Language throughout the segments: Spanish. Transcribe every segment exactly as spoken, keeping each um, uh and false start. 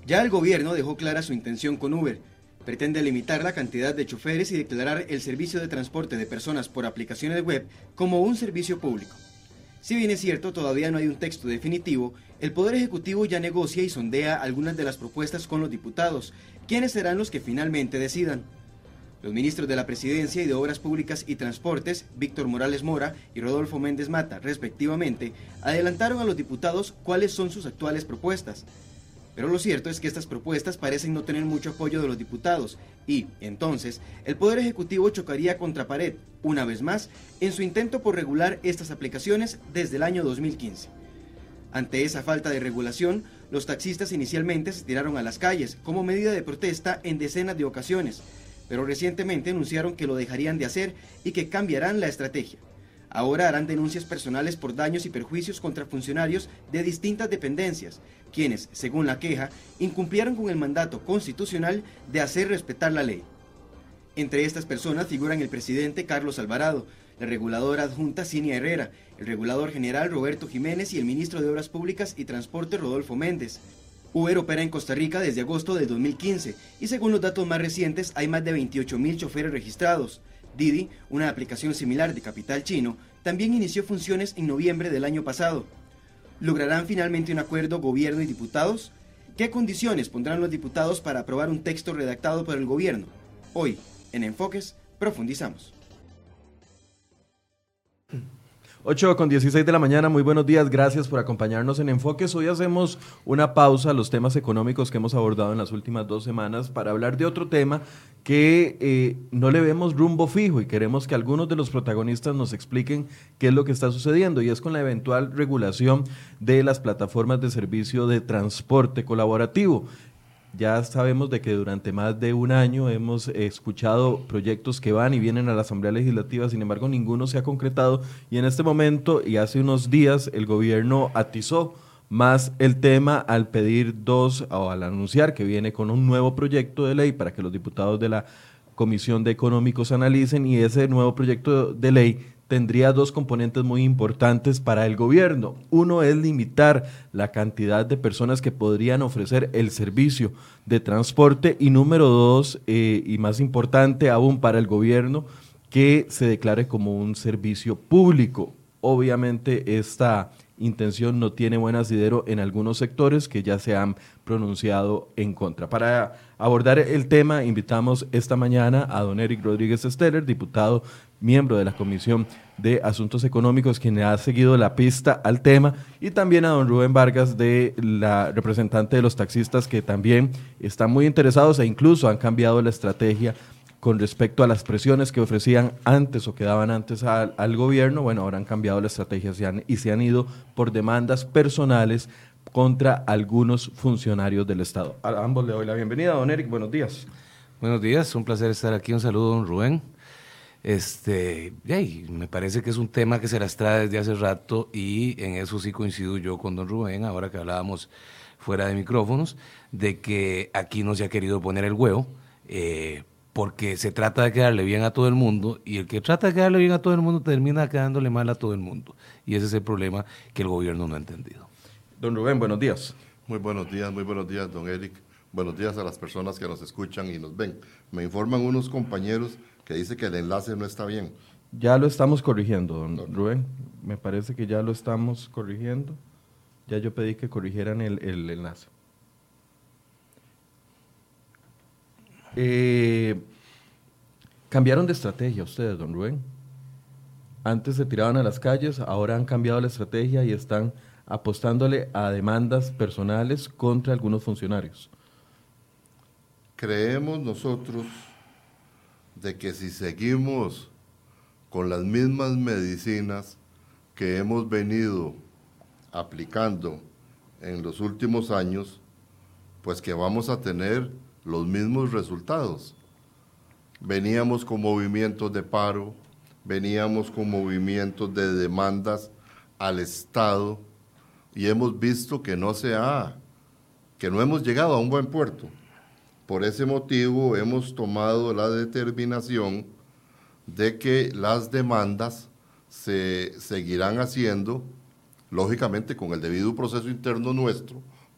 Ya el gobierno dejó clara su intención con Uber. Pretende limitar la cantidad de choferes y declarar el servicio de transporte de personas por aplicaciones web como un servicio público. Si bien es cierto, todavía no hay un texto definitivo, el Poder Ejecutivo ya negocia y sondea algunas de las propuestas con los diputados, quienes serán los que finalmente decidan. Los ministros de la Presidencia y de Obras Públicas y Transportes, Víctor Morales Mora y Rodolfo Méndez Mata, respectivamente, adelantaron a los diputados cuáles son sus actuales propuestas. Pero lo cierto es que estas propuestas parecen no tener mucho apoyo de los diputados y, entonces, el Poder Ejecutivo chocaría contra pared, una vez más, en su intento por regular estas aplicaciones desde el año dos mil quince. Ante esa falta de regulación, los taxistas inicialmente se tiraron a las calles como medida de protesta en decenas de ocasiones, pero recientemente anunciaron que lo dejarían de hacer y que cambiarán la estrategia. Ahora harán denuncias personales por daños y perjuicios contra funcionarios de distintas dependencias, quienes, según la queja, incumplieron con el mandato constitucional de hacer respetar la ley. Entre estas personas figuran el presidente Carlos Alvarado, la reguladora adjunta Cinia Herrera, el regulador general Roberto Jiménez y el ministro de Obras Públicas y Transporte Rodolfo Méndez. Uber opera en Costa Rica desde agosto del dos mil quince y según los datos más recientes hay más de veintiocho mil choferes registrados. Didi, una aplicación similar de capital chino, también inició funciones en noviembre del año pasado. ¿Lograrán finalmente un acuerdo gobierno y diputados? ¿Qué condiciones pondrán los diputados para aprobar un texto redactado por el gobierno? Hoy, en Enfoques, profundizamos. ocho con dieciséis de la mañana, muy buenos días, gracias por acompañarnos en Enfoques. Hoy hacemos una pausa a los temas económicos que hemos abordado en las últimas dos semanas para hablar de otro tema que eh, no le vemos rumbo fijo y queremos que algunos de los protagonistas nos expliquen qué es lo que está sucediendo, y es con la eventual regulación de las plataformas de servicio de transporte colaborativo. Ya sabemos de que durante más de un año hemos escuchado proyectos que van y vienen a la Asamblea Legislativa, sin embargo ninguno se ha concretado, y en este momento y hace unos días el gobierno atizó más el tema al pedir dos, o al anunciar que viene con un nuevo proyecto de ley para que los diputados de la Comisión de Económicos analicen, y ese nuevo proyecto de ley tendría dos componentes muy importantes para el gobierno. Uno es limitar la cantidad de personas que podrían ofrecer el servicio de transporte, y número dos, eh, y más importante aún para el gobierno, que se declare como un servicio público. Obviamente esta intención no tiene buen asidero en algunos sectores que ya se han pronunciado en contra. Para abordar el tema, invitamos esta mañana a don Eric Rodríguez Steller, diputado, miembro de la Comisión de Asuntos Económicos, quien ha seguido la pista al tema, y también a don Rubén Vargas, de la representante de los taxistas, que también están muy interesados e incluso han cambiado la estrategia con respecto a las presiones que ofrecían antes o que daban antes al, al gobierno. Bueno, ahora han cambiado la estrategia se han, y se han ido por demandas personales contra algunos funcionarios del Estado. A ambos le doy la bienvenida. Don Eric, buenos días. Buenos días, un placer estar aquí. Un saludo, don Rubén. Este, hey, me parece que es un tema que se las trae desde hace rato, y en eso sí coincido yo con don Rubén, ahora que hablábamos fuera de micrófonos, de que aquí no se ha querido poner el huevo, eh, porque se trata de quedarle bien a todo el mundo, y el que trata de quedarle bien a todo el mundo termina quedándole mal a todo el mundo, y ese es el problema que el gobierno no ha entendido. Don Rubén, buenos días. Muy buenos días, muy buenos días, don Eric. Buenos días a las personas que nos escuchan y nos ven. Me informan unos compañeros que dice que el enlace no está bien. Ya lo estamos corrigiendo, don no. Rubén. Me parece que ya lo estamos corrigiendo. Ya yo pedí que corrigieran el, el enlace. Eh, cambiaron de estrategia ustedes, don Rubén. Antes se tiraban a las calles, ahora han cambiado la estrategia y están apostándole a demandas personales contra algunos funcionarios. Creemos nosotros de que si seguimos con las mismas medicinas que hemos venido aplicando en los últimos años, pues que vamos a tener los mismos resultados. Veníamos con movimientos de paro, veníamos con movimientos de demandas al Estado, y hemos visto que no se ha, que no hemos llegado a un buen puerto. Por ese motivo hemos tomado la determinación de que las demandas se seguirán haciendo, lógicamente con el debido proceso interno nuestro,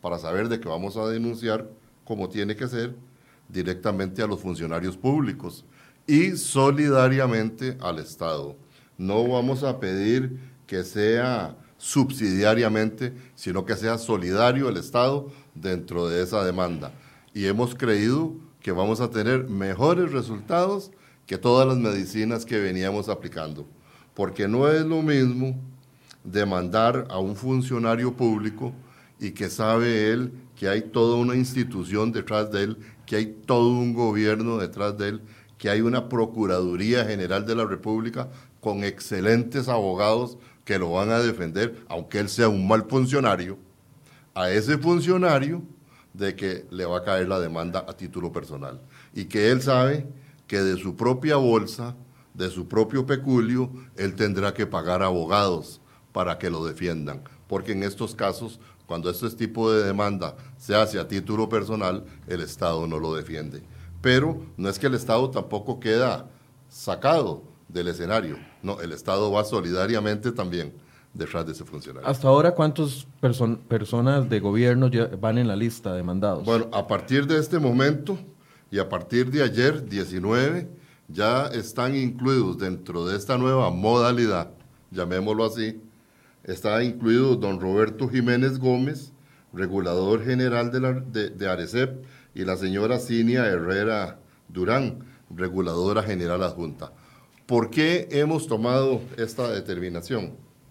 para saber de que vamos a denunciar, como tiene que ser, directamente a los funcionarios públicos y solidariamente al Estado. No vamos a pedir que sea subsidiariamente, sino que sea solidario el Estado dentro de esa demanda. Y hemos creído que vamos a tener mejores resultados que todas las medicinas que veníamos aplicando. Porque no es lo mismo demandar a un funcionario público y que sabe él que hay toda una institución detrás de él, que hay todo un gobierno detrás de él, que hay una Procuraduría General de la República con excelentes abogados que lo van a defender, aunque él sea un mal funcionario, a ese funcionario de que le va a caer la demanda a título personal. Y que él sabe que de su propia bolsa, de su propio peculio, él tendrá que pagar abogados para que lo defiendan. Porque en estos casos, cuando este tipo de demanda se hace a título personal, el Estado no lo defiende. Pero no es que el Estado tampoco queda sacado del escenario. No, el Estado va solidariamente también detrás de ese funcionario. Hasta ahora, ¿cuántas perso- personas de gobierno ya van en la lista de demandados? Bueno, a partir de este momento y a partir de ayer, diecinueve, ya están incluidos dentro de esta nueva modalidad, llamémoslo así, está incluido don Roberto Jiménez Gómez, regulador general de, la, de, de ARECEP, y la señora Cinia Herrera Durán, reguladora general adjunta. ¿Por qué hemos tomado esta determinación?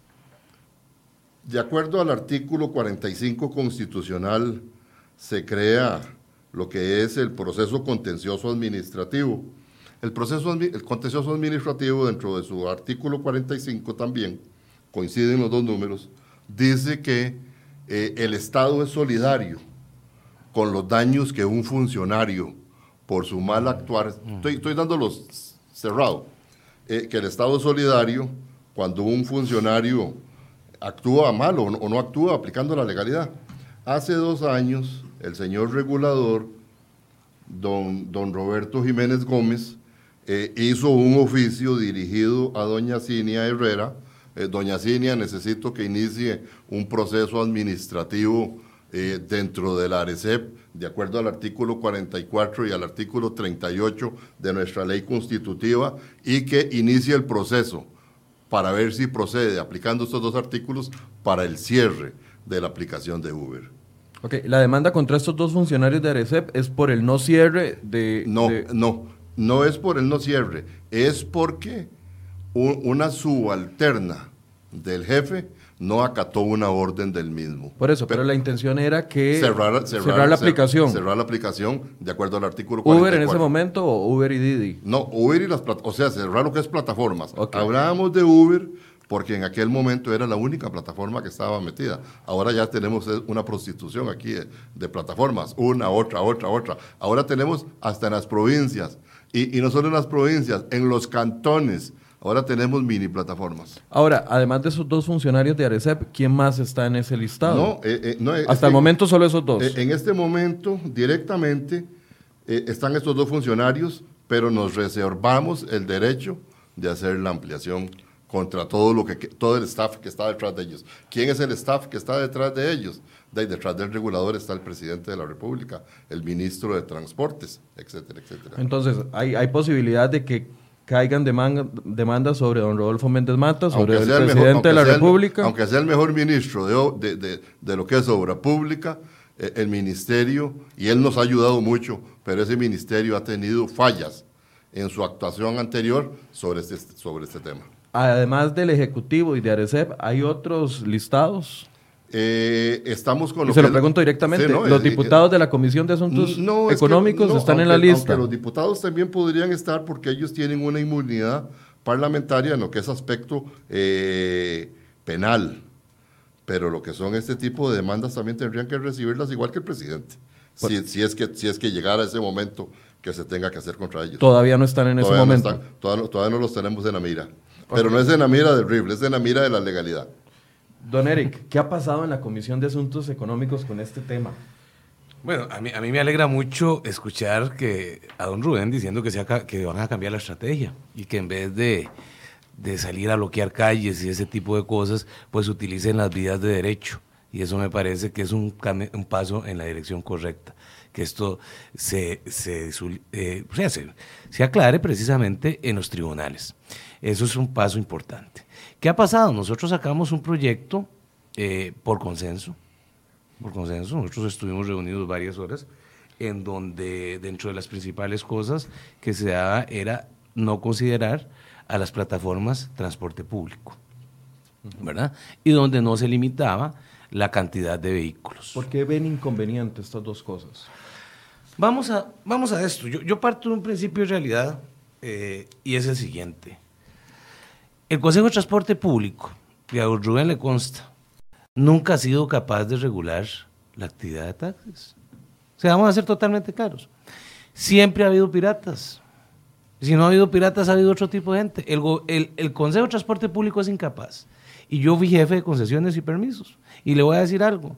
De acuerdo al artículo cuarenta y cinco constitucional, se crea lo que es el proceso contencioso administrativo. El proceso el contencioso administrativo, dentro de su artículo cuarenta y cinco también, coinciden los dos números, dice que eh, el Estado es solidario con los daños que un funcionario, por su mal actuar, estoy, estoy dándolos cerrado, eh, que el Estado es solidario cuando un funcionario actúa mal o no, o no actúa aplicando la legalidad. Hace dos años, el señor regulador, don, don Roberto Jiménez Gómez, eh, hizo un oficio dirigido a doña Cinia Herrera. Eh, doña Cinia, necesito que inicie un proceso administrativo eh, dentro de la ARECEP, de acuerdo al artículo cuarenta y cuatro y al artículo treinta y ocho de nuestra ley constitutiva, y que inicie el proceso para ver si procede, aplicando estos dos artículos, para el cierre de la aplicación de Uber. Ok, la demanda contra estos dos funcionarios de ARECEP es por el no cierre de... No, de... no, no es por el no cierre, es porque un, una subalterna del jefe no acató una orden del mismo. Por eso, pero, pero la intención era que cerrar, cerrar, cerrar la aplicación. Cerrar la aplicación de acuerdo al artículo cuarenta y cuatro. ¿Uber en ese momento o Uber y Didi? No, Uber y las plataformas, o sea, cerrar lo que es plataformas. Okay. Hablábamos de Uber porque en aquel momento era la única plataforma que estaba metida. Ahora ya tenemos una prostitución aquí de, de plataformas, una, otra, otra, otra. Ahora tenemos hasta en las provincias, y, y no solo en las provincias, en los cantones. Ahora tenemos mini plataformas. Ahora, además de esos dos funcionarios de ARECEP, ¿quién más está en ese listado? No, eh, eh, no hasta es el que, momento solo esos dos. Eh, en este momento, directamente, eh, están estos dos funcionarios, pero nos reservamos el derecho de hacer la ampliación contra todo lo que todo el staff que está detrás de ellos. ¿Quién es el staff que está detrás de ellos? De ahí, detrás del regulador está el presidente de la República, el ministro de Transportes, etcétera, etcétera. Entonces, hay, hay posibilidad de que caigan demanda, demandas sobre don Rodolfo Méndez Mata, sobre el presidente mejor, de la el, República. Aunque sea el mejor ministro de, de, de, de lo que es obra pública, eh, el ministerio, y él nos ha ayudado mucho, pero ese ministerio ha tenido fallas en su actuación anterior sobre este, sobre este tema. Además del Ejecutivo y de ARECEP, ¿hay otros listados? Eh, estamos con y lo se que lo pregunto directamente, sí, no, ¿los eh, diputados eh, de la Comisión de Asuntos no, Económicos que, no, están aunque, en la lista? Aunque los diputados también podrían estar porque ellos tienen una inmunidad parlamentaria en lo que es aspecto eh, penal, pero lo que son este tipo de demandas también tendrían que recibirlas igual que el presidente, si, si, es que, si es que llegara ese momento que se tenga que hacer contra ellos. Todavía no están en todavía ese no momento. Están, todavía, todavía no los tenemos en la mira, okay. Pero no es en la mira del R I F, es en la mira de la legalidad. Don Eric, ¿qué ha pasado en la Comisión de Asuntos Económicos con este tema? Bueno, a mí, a mí me alegra mucho escuchar que a don Rubén diciendo que, se ha, que van a cambiar la estrategia y que en vez de, de salir a bloquear calles y ese tipo de cosas, pues utilicen las vías de derecho Y eso me parece que es un, cami- un paso en la dirección correcta, que esto se, se, eh, o sea, se, se aclare precisamente en los tribunales. Eso es un paso importante. ¿Qué ha pasado? Nosotros sacamos un proyecto eh, por consenso, por consenso, nosotros estuvimos reunidos varias horas, en donde dentro de las principales cosas que se daba era no considerar a las plataformas transporte público, ¿verdad? Y donde no se limitaba la cantidad de vehículos. ¿Por qué ven inconveniente estas dos cosas? Vamos a, vamos a esto. Yo, yo parto de un principio de realidad eh, y es el siguiente. El Consejo de Transporte Público, y a Rubén le consta, nunca ha sido capaz de regular la actividad de taxis. O sea, vamos a ser totalmente claros. Siempre ha habido piratas. Si no ha habido piratas, ha habido otro tipo de gente. El, el, el Consejo de Transporte Público es incapaz. Y yo fui jefe de concesiones y permisos. Y le voy a decir algo.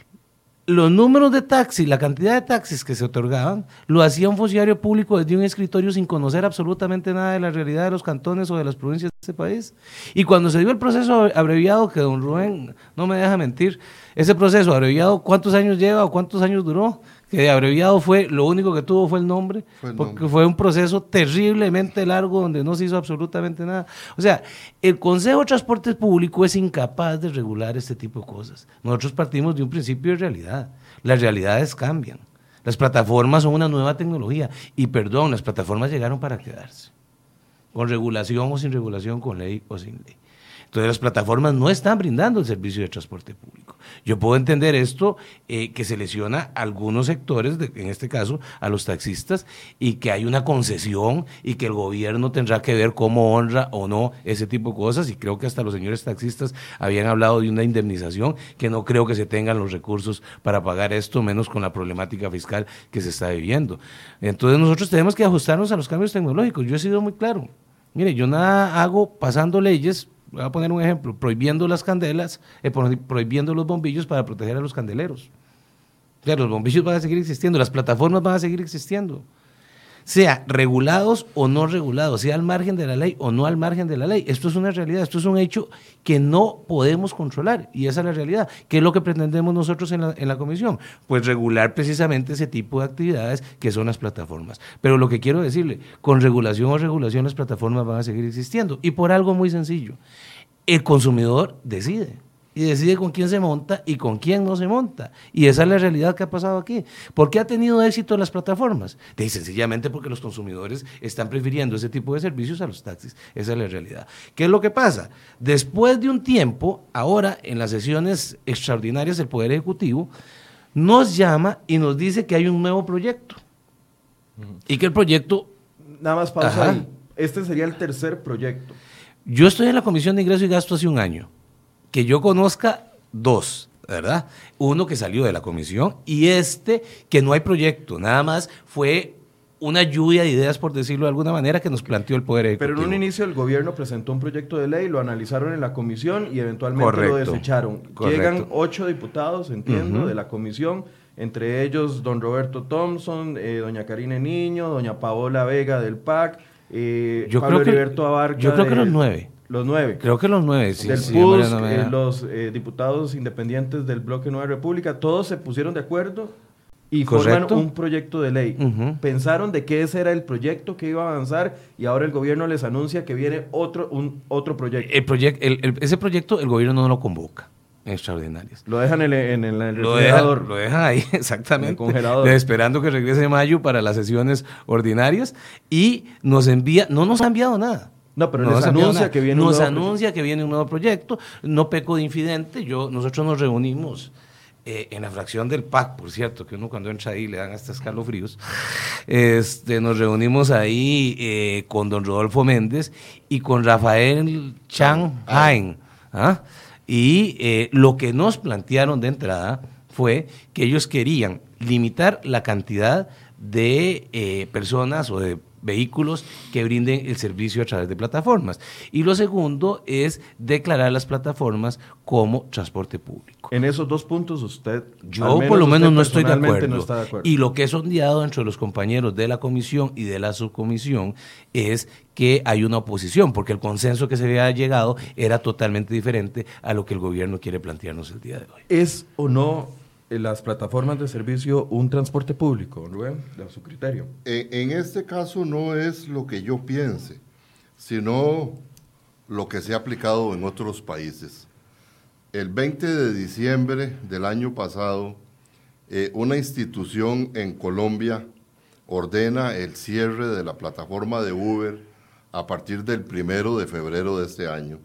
Los números de taxis, la cantidad de taxis que se otorgaban, lo hacía un funcionario público desde un escritorio sin conocer absolutamente nada de la realidad de los cantones o de las provincias de este país. Y cuando se dio el proceso abreviado, que don Rubén no me deja mentir, ese proceso abreviado, ¿cuántos años lleva o cuántos años duró? Que abreviado fue, lo único que tuvo fue el nombre, Fue el porque nombre. fue un proceso terriblemente largo donde no se hizo absolutamente nada. O sea, el Consejo de Transporte Público es incapaz de regular este tipo de cosas. Nosotros partimos de un principio de realidad. Las realidades cambian. Las plataformas son una nueva tecnología. Y perdón, las plataformas llegaron para quedarse. Con regulación o sin regulación, con ley o sin ley. Entonces las plataformas no están brindando el servicio de transporte público. Yo puedo entender esto, eh, que se lesiona a algunos sectores, de, en este caso a los taxistas, y que hay una concesión y que el gobierno tendrá que ver cómo honra o no ese tipo de cosas, y creo que hasta los señores taxistas habían hablado de una indemnización, que no creo que se tengan los recursos para pagar esto, menos con la problemática fiscal que se está viviendo. Entonces nosotros tenemos que ajustarnos a los cambios tecnológicos. Yo he sido muy claro. Mire, yo nada hago pasando leyes. Voy a poner un ejemplo, prohibiendo las candelas, eh, prohibiendo los bombillos para proteger a los candeleros. O sea, los bombillos van a seguir existiendo, las plataformas van a seguir existiendo. Sea regulados o no regulados, sea al margen de la ley o no al margen de la ley. Esto es una realidad, esto es un hecho que no podemos controlar, y esa es la realidad. ¿Qué es lo que pretendemos nosotros en la, en la comisión? Pues regular precisamente ese tipo de actividades que son las plataformas. Pero lo que quiero decirle, con regulación o regulación las plataformas van a seguir existiendo, y por algo muy sencillo. El consumidor decide. Y decide con quién se monta y con quién no se monta. Y esa es la realidad que ha pasado aquí. ¿Por qué ha tenido éxito las plataformas? De, sencillamente porque los consumidores están prefiriendo ese tipo de servicios a los taxis. Esa es la realidad. ¿Qué es lo que pasa? Después de un tiempo, ahora en las sesiones extraordinarias del Poder Ejecutivo, nos llama y nos dice que hay un nuevo proyecto. Uh-huh. Y que el proyecto... Nada más pausa ahí. Este sería el tercer proyecto. Yo estoy en la Comisión de Ingreso y Gasto hace un año. Que yo conozca dos, ¿verdad? Uno que salió de la comisión y este que no hay proyecto, nada más fue una lluvia de ideas, por decirlo de alguna manera, que nos planteó el Poder Ejecutivo. Pero en un inicio el gobierno presentó un proyecto de ley, lo analizaron en la comisión y eventualmente Correcto. lo desecharon. Correcto. Llegan ocho diputados, entiendo, uh-huh. de la comisión, entre ellos don Roberto Thompson, eh, doña Karine Niño, doña Paola Vega del P A C, eh, yo Pablo creo que, Heriberto Abarca. Yo creo de, que los nueve. Los nueve. Creo que los nueve, sí. Del sí, P U S, no eh, los eh, diputados independientes del Bloque Nueva República, todos se pusieron de acuerdo y Correcto. forman un proyecto de ley. Uh-huh. Pensaron de que ese era el proyecto que iba a avanzar y ahora el gobierno les anuncia que viene otro, un, otro proyecto. El proyecto el, el, ese proyecto el gobierno no lo convoca. Extraordinarias. Lo dejan en el, en el, en el lo refrigerador. Dejan, lo dejan ahí, exactamente. En el congelador. Esperando que regrese mayo para las sesiones ordinarias y nos envía, no nos ha enviado nada. No, pero no nos anuncia que viene un nos nuevo anuncia proyecto. que viene un nuevo proyecto. No peco de infidente. Yo, nosotros nos reunimos eh, en la fracción del P A C, por cierto, que uno cuando entra ahí le dan hasta escalofríos. Este, nos reunimos ahí eh, con don Rodolfo Méndez y con Rafael Chan Hain. ¿Ah? Y eh, lo que nos plantearon de entrada fue que ellos querían limitar la cantidad de eh, personas o de vehículos que brinden el servicio a través de plataformas. Y lo segundo es declarar las plataformas como transporte público. En esos dos puntos usted, yo por lo menos no estoy de acuerdo. no está de acuerdo. Y lo que he sondeado entre los compañeros de la comisión y de la subcomisión es que hay una oposición, porque el consenso que se había llegado era totalmente diferente a lo que el gobierno quiere plantearnos el día de hoy. ¿Es o no las plataformas de servicio un transporte público, Rubén, a su criterio? En, en este caso no es lo que yo piense, sino lo que se ha aplicado en otros países. El veinte de diciembre del año pasado, eh, una institución en Colombia ordena el cierre de la plataforma de Uber a partir del primero de febrero de este año.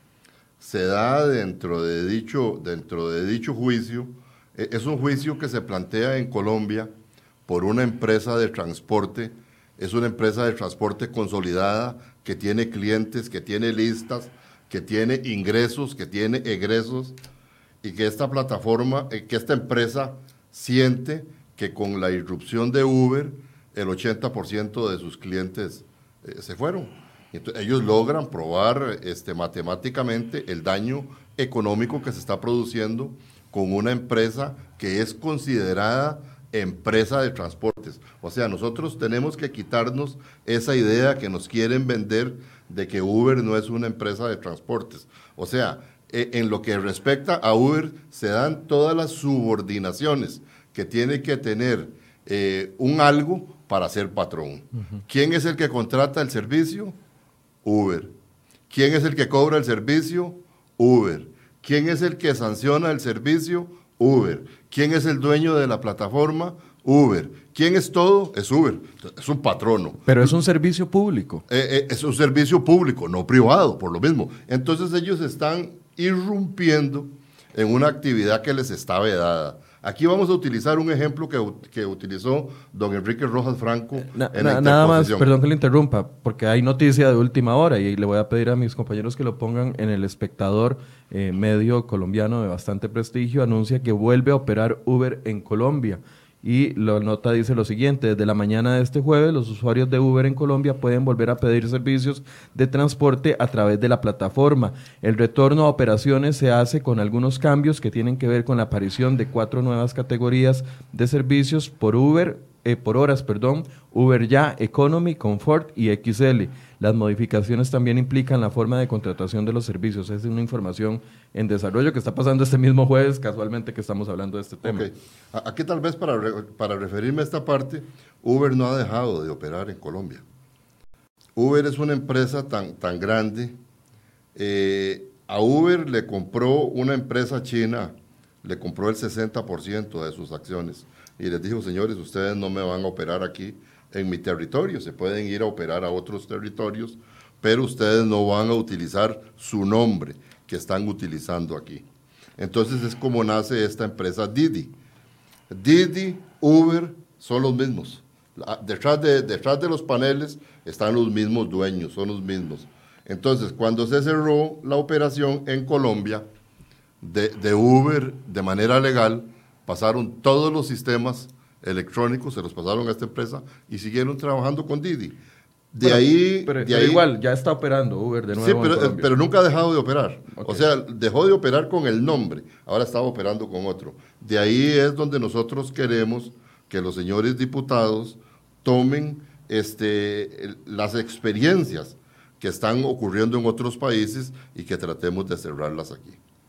Se da dentro de dicho, dentro de dicho juicio. Es un juicio que se plantea en Colombia por una empresa de transporte, es una empresa de transporte consolidada que tiene clientes, que tiene listas, que tiene ingresos, que tiene egresos, y que esta plataforma, que esta empresa siente que con la irrupción de Uber, el ochenta por ciento de sus clientes eh, se fueron. Entonces, ellos logran probar este, matemáticamente el daño económico que se está produciendo con una empresa que es considerada empresa de transportes. O sea, nosotros tenemos que quitarnos esa idea que nos quieren vender de que Uber no es una empresa de transportes. O sea, en lo que respecta a Uber, se dan todas las subordinaciones que tiene que tener eh, un algo para ser patrón. Uh-huh. ¿Quién es el que contrata el servicio? Uber. ¿Quién es el que cobra el servicio? Uber. ¿Quién es el que sanciona el servicio? Uber. ¿Quién es el dueño de la plataforma? Uber. ¿Quién es todo? Es Uber. Es un patrono. Pero es un servicio público. Eh, eh, es un servicio público, no privado, por lo mismo. Entonces ellos están irrumpiendo en una actividad que les está vedada. Aquí vamos a utilizar un ejemplo que, que utilizó don Enrique Rojas Franco na, en na, la Nada más, perdón que le interrumpa, porque hay noticia de última hora y le voy a pedir a mis compañeros que lo pongan en El Espectador, eh, medio colombiano de bastante prestigio, anuncia que vuelve a operar Uber en Colombia. Y la nota dice lo siguiente: desde la mañana de este jueves, los usuarios de Uber en Colombia pueden volver a pedir servicios de transporte a través de la plataforma. El retorno a operaciones se hace con algunos cambios que tienen que ver con la aparición de cuatro nuevas categorías de servicios por Uber, eh, por horas, perdón, Uber Ya, Economy, Comfort y X L. Las modificaciones también implican la forma de contratación de los servicios. Es una información en desarrollo que está pasando este mismo jueves, casualmente que estamos hablando de este tema. Okay. Aquí tal vez para, re, para referirme a esta parte, Uber no ha dejado de operar en Colombia. Uber es una empresa tan, tan grande. Eh, a Uber le compró una empresa china, le compró el sesenta por ciento de sus acciones y les dijo: señores, ustedes no me van a operar aquí en mi territorio, se pueden ir a operar a otros territorios, pero ustedes no van a utilizar su nombre que están utilizando aquí. Entonces es como nace esta empresa Didi. Didi, Uber son los mismos. Detrás de, detrás de los paneles están los mismos dueños, son los mismos. Entonces, cuando se cerró la operación en Colombia de, de Uber de manera legal, pasaron todos los sistemas electrónicos, se los pasaron a esta empresa y siguieron trabajando con Didi. De pero, ahí... Pero, de pero ahí, igual, ya está operando Uber de nuevo. Sí, pero, pero nunca ha dejado de operar. Okay. O sea, dejó de operar con el nombre, ahora estaba operando con otro. De ahí es donde nosotros queremos que los señores diputados tomen este, las experiencias que están ocurriendo en otros países y que tratemos de cerrarlas aquí.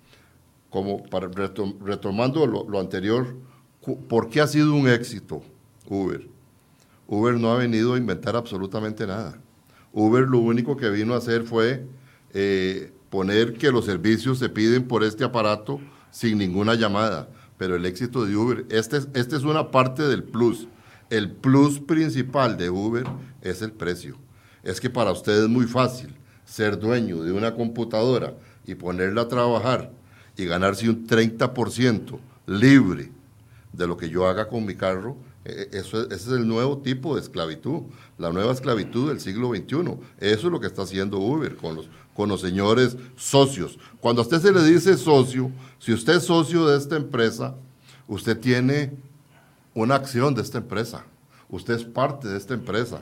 Como para retom retomando lo, lo anterior, ¿por qué ha sido un éxito Uber? Uber no ha venido a inventar absolutamente nada. Uber lo único que vino a hacer fue eh, poner que los servicios se piden por este aparato sin ninguna llamada. Pero el éxito de Uber, este es, este es una parte del plus. El plus principal de Uber es el precio. Es que para usted es muy fácil ser dueño de una computadora y ponerla a trabajar y ganarse un treinta por ciento libre de lo que yo haga con mi carro. Eso es, ese es el nuevo tipo de esclavitud, la nueva esclavitud del siglo veintiuno. Eso es lo que está haciendo Uber con los, con los señores socios. Cuando a usted se le dice socio, si usted es socio de esta empresa, usted tiene una acción de esta empresa, usted es parte de esta empresa.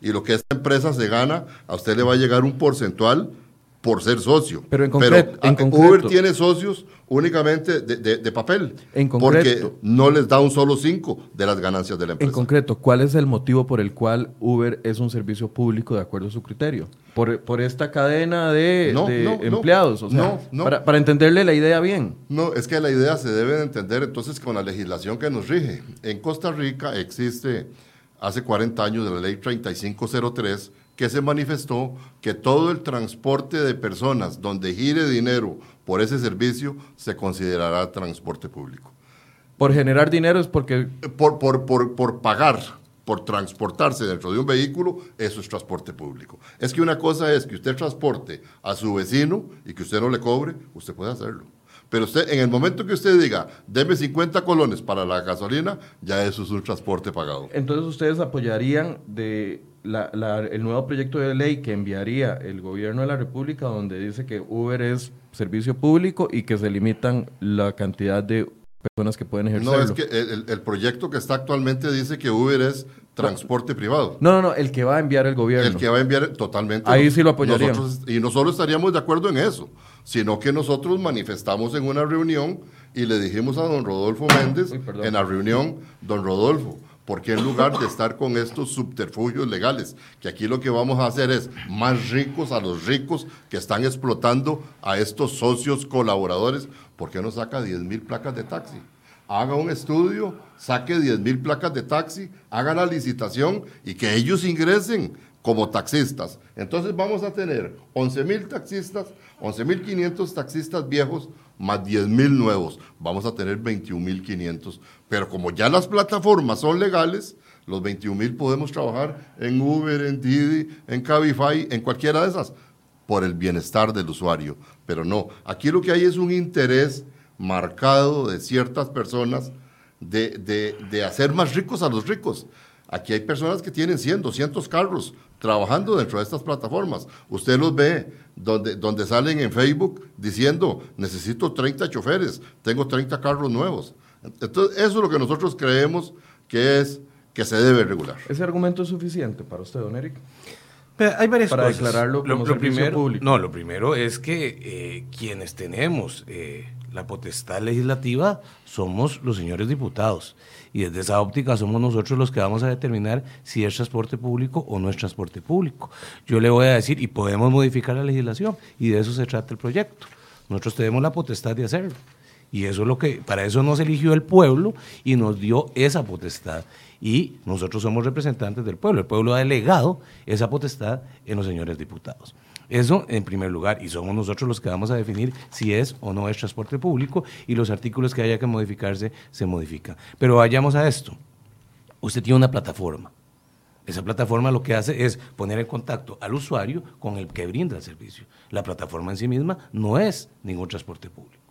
Y lo que esta empresa se gana, a usted le va a llegar un porcentual por ser socio. Pero en, concreto, Pero, en concreto, Uber tiene socios únicamente de, de, de papel. En concreto, porque no les da un solo cinco de las ganancias de la empresa. En concreto, ¿cuál es el motivo por el cual Uber es un servicio público de acuerdo a su criterio? ¿Por, por esta cadena de, no, de no, empleados? No, o sea, no, no. Para, para entenderle la idea bien. No, es que la idea se debe de entender entonces con la legislación que nos rige. En Costa Rica existe hace cuarenta años la ley treinta y cinco cero tres, que se manifestó que todo el transporte de personas donde gire dinero por ese servicio se considerará transporte público. Por generar dinero es porque... Por, por, por, por pagar, por transportarse dentro de un vehículo, eso es transporte público. Es que una cosa es que usted transporte a su vecino y que usted no le cobre, usted puede hacerlo. Pero usted, en el momento que usted diga, deme cincuenta colones para la gasolina, ya eso es un transporte pagado. Entonces ustedes apoyarían de la, la, el nuevo proyecto de ley que enviaría el gobierno de la República, donde dice que Uber es servicio público y que se limitan la cantidad de personas que pueden ejercerlo. No, es que el, el proyecto que está actualmente dice que Uber es transporte privado. No, no, no, el que va a enviar el gobierno. El que va a enviar totalmente. Ahí sí lo apoyarían. Nosotros, y no solo estaríamos de acuerdo en eso, sino que nosotros manifestamos en una reunión y le dijimos a don Rodolfo Méndez, Uy, en la reunión, don Rodolfo, porque en lugar de estar con estos subterfugios legales, que aquí lo que vamos a hacer es más ricos a los ricos que están explotando a estos socios colaboradores, ¿por qué no saca diez mil placas de taxi? Haga un estudio, saque diez mil placas de taxi, haga la licitación y que ellos ingresen como taxistas. Entonces vamos a tener once mil taxistas, once mil quinientos taxistas viejos, más diez mil nuevos. Vamos a tener veintiún mil quinientos. Pero como ya las plataformas son legales, los veintiún mil podemos trabajar en Uber, en Didi, en Cabify, en cualquiera de esas, por el bienestar del usuario. Pero no, aquí lo que hay es un interés marcado de ciertas personas de, de, de hacer más ricos a los ricos. Aquí hay personas que tienen cien, doscientos carros trabajando dentro de estas plataformas. Usted los ve donde, donde salen en Facebook diciendo, necesito treinta choferes, tengo treinta carros nuevos. Entonces, eso es lo que nosotros creemos que es que se debe regular. ¿Ese argumento es suficiente para usted, don Eric? Pero hay varias para cosas. declararlo como lo, lo servicio primero, público. No, lo primero es que eh, quienes tenemos eh, la potestad legislativa somos los señores diputados. Y desde esa óptica somos nosotros los que vamos a determinar si es transporte público o no es transporte público. Yo le voy a decir, y podemos modificar la legislación, y de eso se trata el proyecto. Nosotros tenemos la potestad de hacerlo. Y eso es lo que, para eso nos eligió el pueblo y nos dio esa potestad. Y nosotros somos representantes del pueblo. El pueblo ha delegado esa potestad en los señores diputados. Eso en primer lugar, y somos nosotros los que vamos a definir si es o no es transporte público, y los artículos que haya que modificarse, se modifican. Pero vayamos a esto. Usted tiene una plataforma. Esa plataforma lo que hace es poner en contacto al usuario con el que brinda el servicio. La plataforma en sí misma no es ningún transporte público.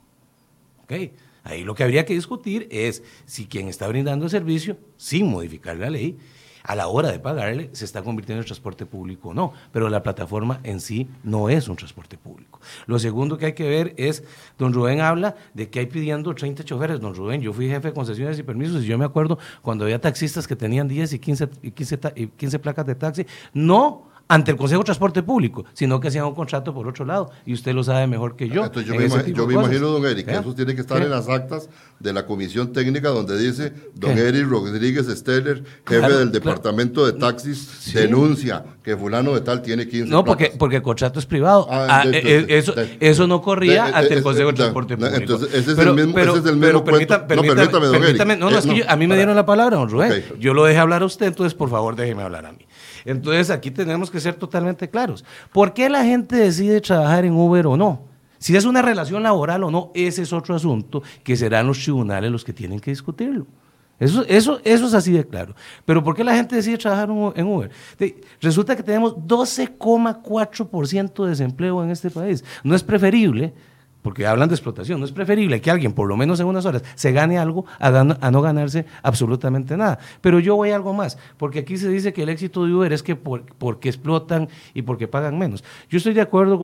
¿Ok? Ahí lo que habría que discutir es si quien está brindando el servicio, sin modificar la ley, a la hora de pagarle, se está convirtiendo en transporte público o no, pero la plataforma en sí no es un transporte público. Lo segundo que hay que ver es, don Rubén habla de que hay pidiendo treinta choferes. Don Rubén, yo fui jefe de concesiones y permisos y yo me acuerdo cuando había taxistas que tenían diez y quince, y quince, y quince placas de taxi, no ante el Consejo de Transporte Público, sino que hacían un contrato por otro lado, y usted lo sabe mejor que yo. Entonces yo me, imag yo me imagino, don Eric, que eso tiene que estar ¿Qué? en las actas de la comisión técnica donde dice, don ¿Qué? Eric Rodríguez Steller, jefe claro, del departamento claro. de taxis, sí. denuncia que fulano de tal tiene quince No, porque, porque el contrato es privado. Ah, ah, de, de, de, eso, de, eso no corría de, ante el Consejo de Transporte Público. Entonces, ese es pero, el mismo, pero, ese es el mismo pero permita, permita, no, permítame, don permítame, Eric. No, no, es que yo, a mí me dieron la palabra, don Rubén. Okay. Yo lo dejé hablar a usted, entonces por favor déjeme hablar a mí. Entonces aquí tenemos que ser totalmente claros. ¿Por qué la gente decide trabajar en Uber o no? Si es una relación laboral o no, ese es otro asunto que serán los tribunales los que tienen que discutirlo. Eso, eso, eso es así de claro. Pero ¿por qué la gente decide trabajar en Uber? Resulta que tenemos doce coma cuatro por ciento de desempleo en este país. No es preferible, porque hablan de explotación, no es preferible que alguien, por lo menos en unas horas, se gane algo a, a no ganarse absolutamente nada. Pero yo voy a algo más, porque aquí se dice que el éxito de Uber es que por, porque explotan y porque pagan menos. Yo estoy de acuerdo.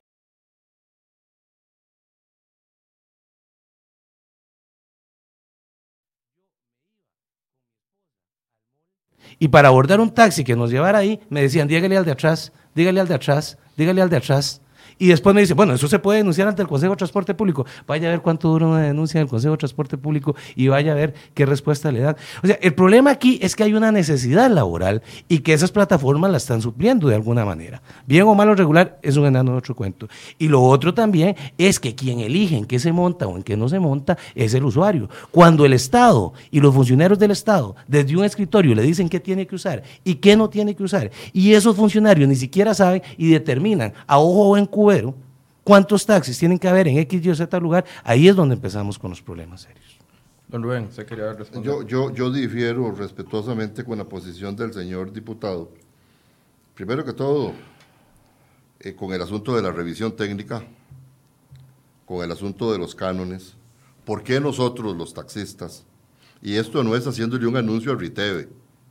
Y para abordar un taxi que nos llevara ahí, me decían, dígale al de atrás, dígale al de atrás, dígale al de atrás. Y después me dice, bueno, eso se puede denunciar ante el Consejo de Transporte Público. Vaya a ver cuánto dura una denuncia en el Consejo de Transporte Público y vaya a ver qué respuesta le dan. O sea, el problema aquí es que hay una necesidad laboral y que esas plataformas la están supliendo de alguna manera. Bien o mal o regular, es un enano de otro cuento. Y lo otro también es que quien elige en qué se monta o en qué no se monta es el usuario. Cuando el Estado y los funcionarios del Estado desde un escritorio le dicen qué tiene que usar y qué no tiene que usar, y esos funcionarios ni siquiera saben y determinan a ojo o en cubo cuántos taxis tienen que haber en X, Y o Z lugar, ahí es donde empezamos con los problemas serios. Don Rubén, ¿se quería responder? Yo, yo, yo difiero respetuosamente con la posición del señor diputado. Primero que todo, eh, con el asunto de la revisión técnica, con el asunto de los cánones, ¿por qué nosotros los taxistas, y esto no es haciéndole un anuncio al Riteve,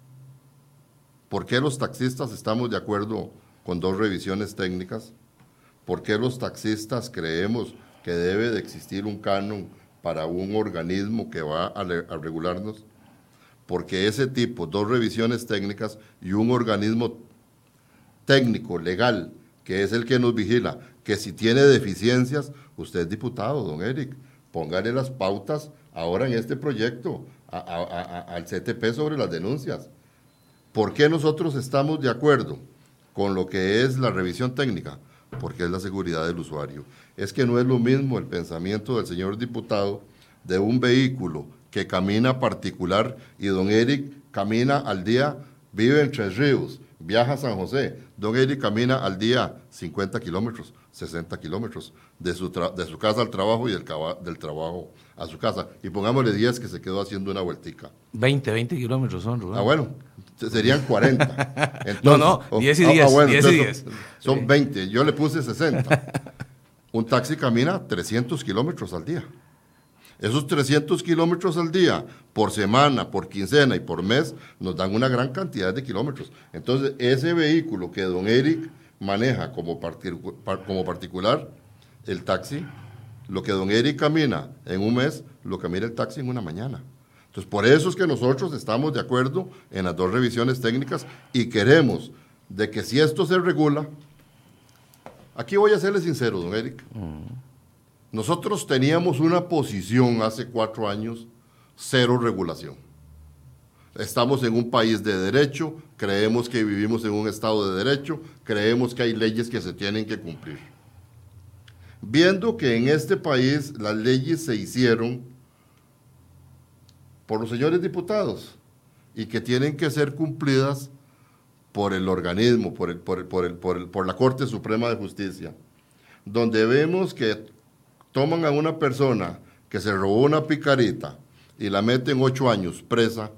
por qué los taxistas estamos de acuerdo con dos revisiones técnicas? ¿Por qué los taxistas creemos que debe de existir un canon para un organismo que va a, a regularnos? Porque ese tipo, dos revisiones técnicas y un organismo técnico, legal, que es el que nos vigila, que si tiene deficiencias, usted es diputado, don Eric, póngale las pautas ahora en este proyecto a, a, a, al C T P sobre las denuncias. ¿Por qué nosotros estamos de acuerdo con lo que es la revisión técnica? Porque es la seguridad del usuario. Es que no es lo mismo el pensamiento del señor diputado de un vehículo que camina particular y don Eric camina al día, vive en Tres Ríos, viaja a San José, don Eric camina al día cincuenta kilómetros, sesenta kilómetros, de su, de su casa al trabajo y del, del trabajo a su casa. Y pongámosle diez que se quedó haciendo una vueltica. veinte, veinte kilómetros son, Rubén. Ah, bueno, serían cuarenta. Entonces, no, no, diez y diez, ah, bueno, diez y diez. Son, son sí. veinte, yo le puse sesenta. Un taxi camina trescientos kilómetros al día. Esos trescientos kilómetros al día, por semana, por quincena y por mes, nos dan una gran cantidad de kilómetros. Entonces, ese vehículo que don Eric maneja como, particu como particular, el taxi, lo que don Eric camina en un mes, lo camina el taxi en una mañana. Entonces, por eso es que nosotros estamos de acuerdo en las dos revisiones técnicas y queremos de que si esto se regula, aquí voy a serle sincero, don Eric, mm. nosotros teníamos una posición hace cuatro años, cero regulación. Estamos en un país de derecho, creemos que vivimos en un estado de derecho, creemos que hay leyes que se tienen que cumplir. Viendo que en este país las leyes se hicieron por los señores diputados y que tienen que ser cumplidas por el organismo, por, el, por, el, por, el, por, el, por la Corte Suprema de Justicia, donde vemos que toman a una persona que se robó una picarita y la meten ocho años presa,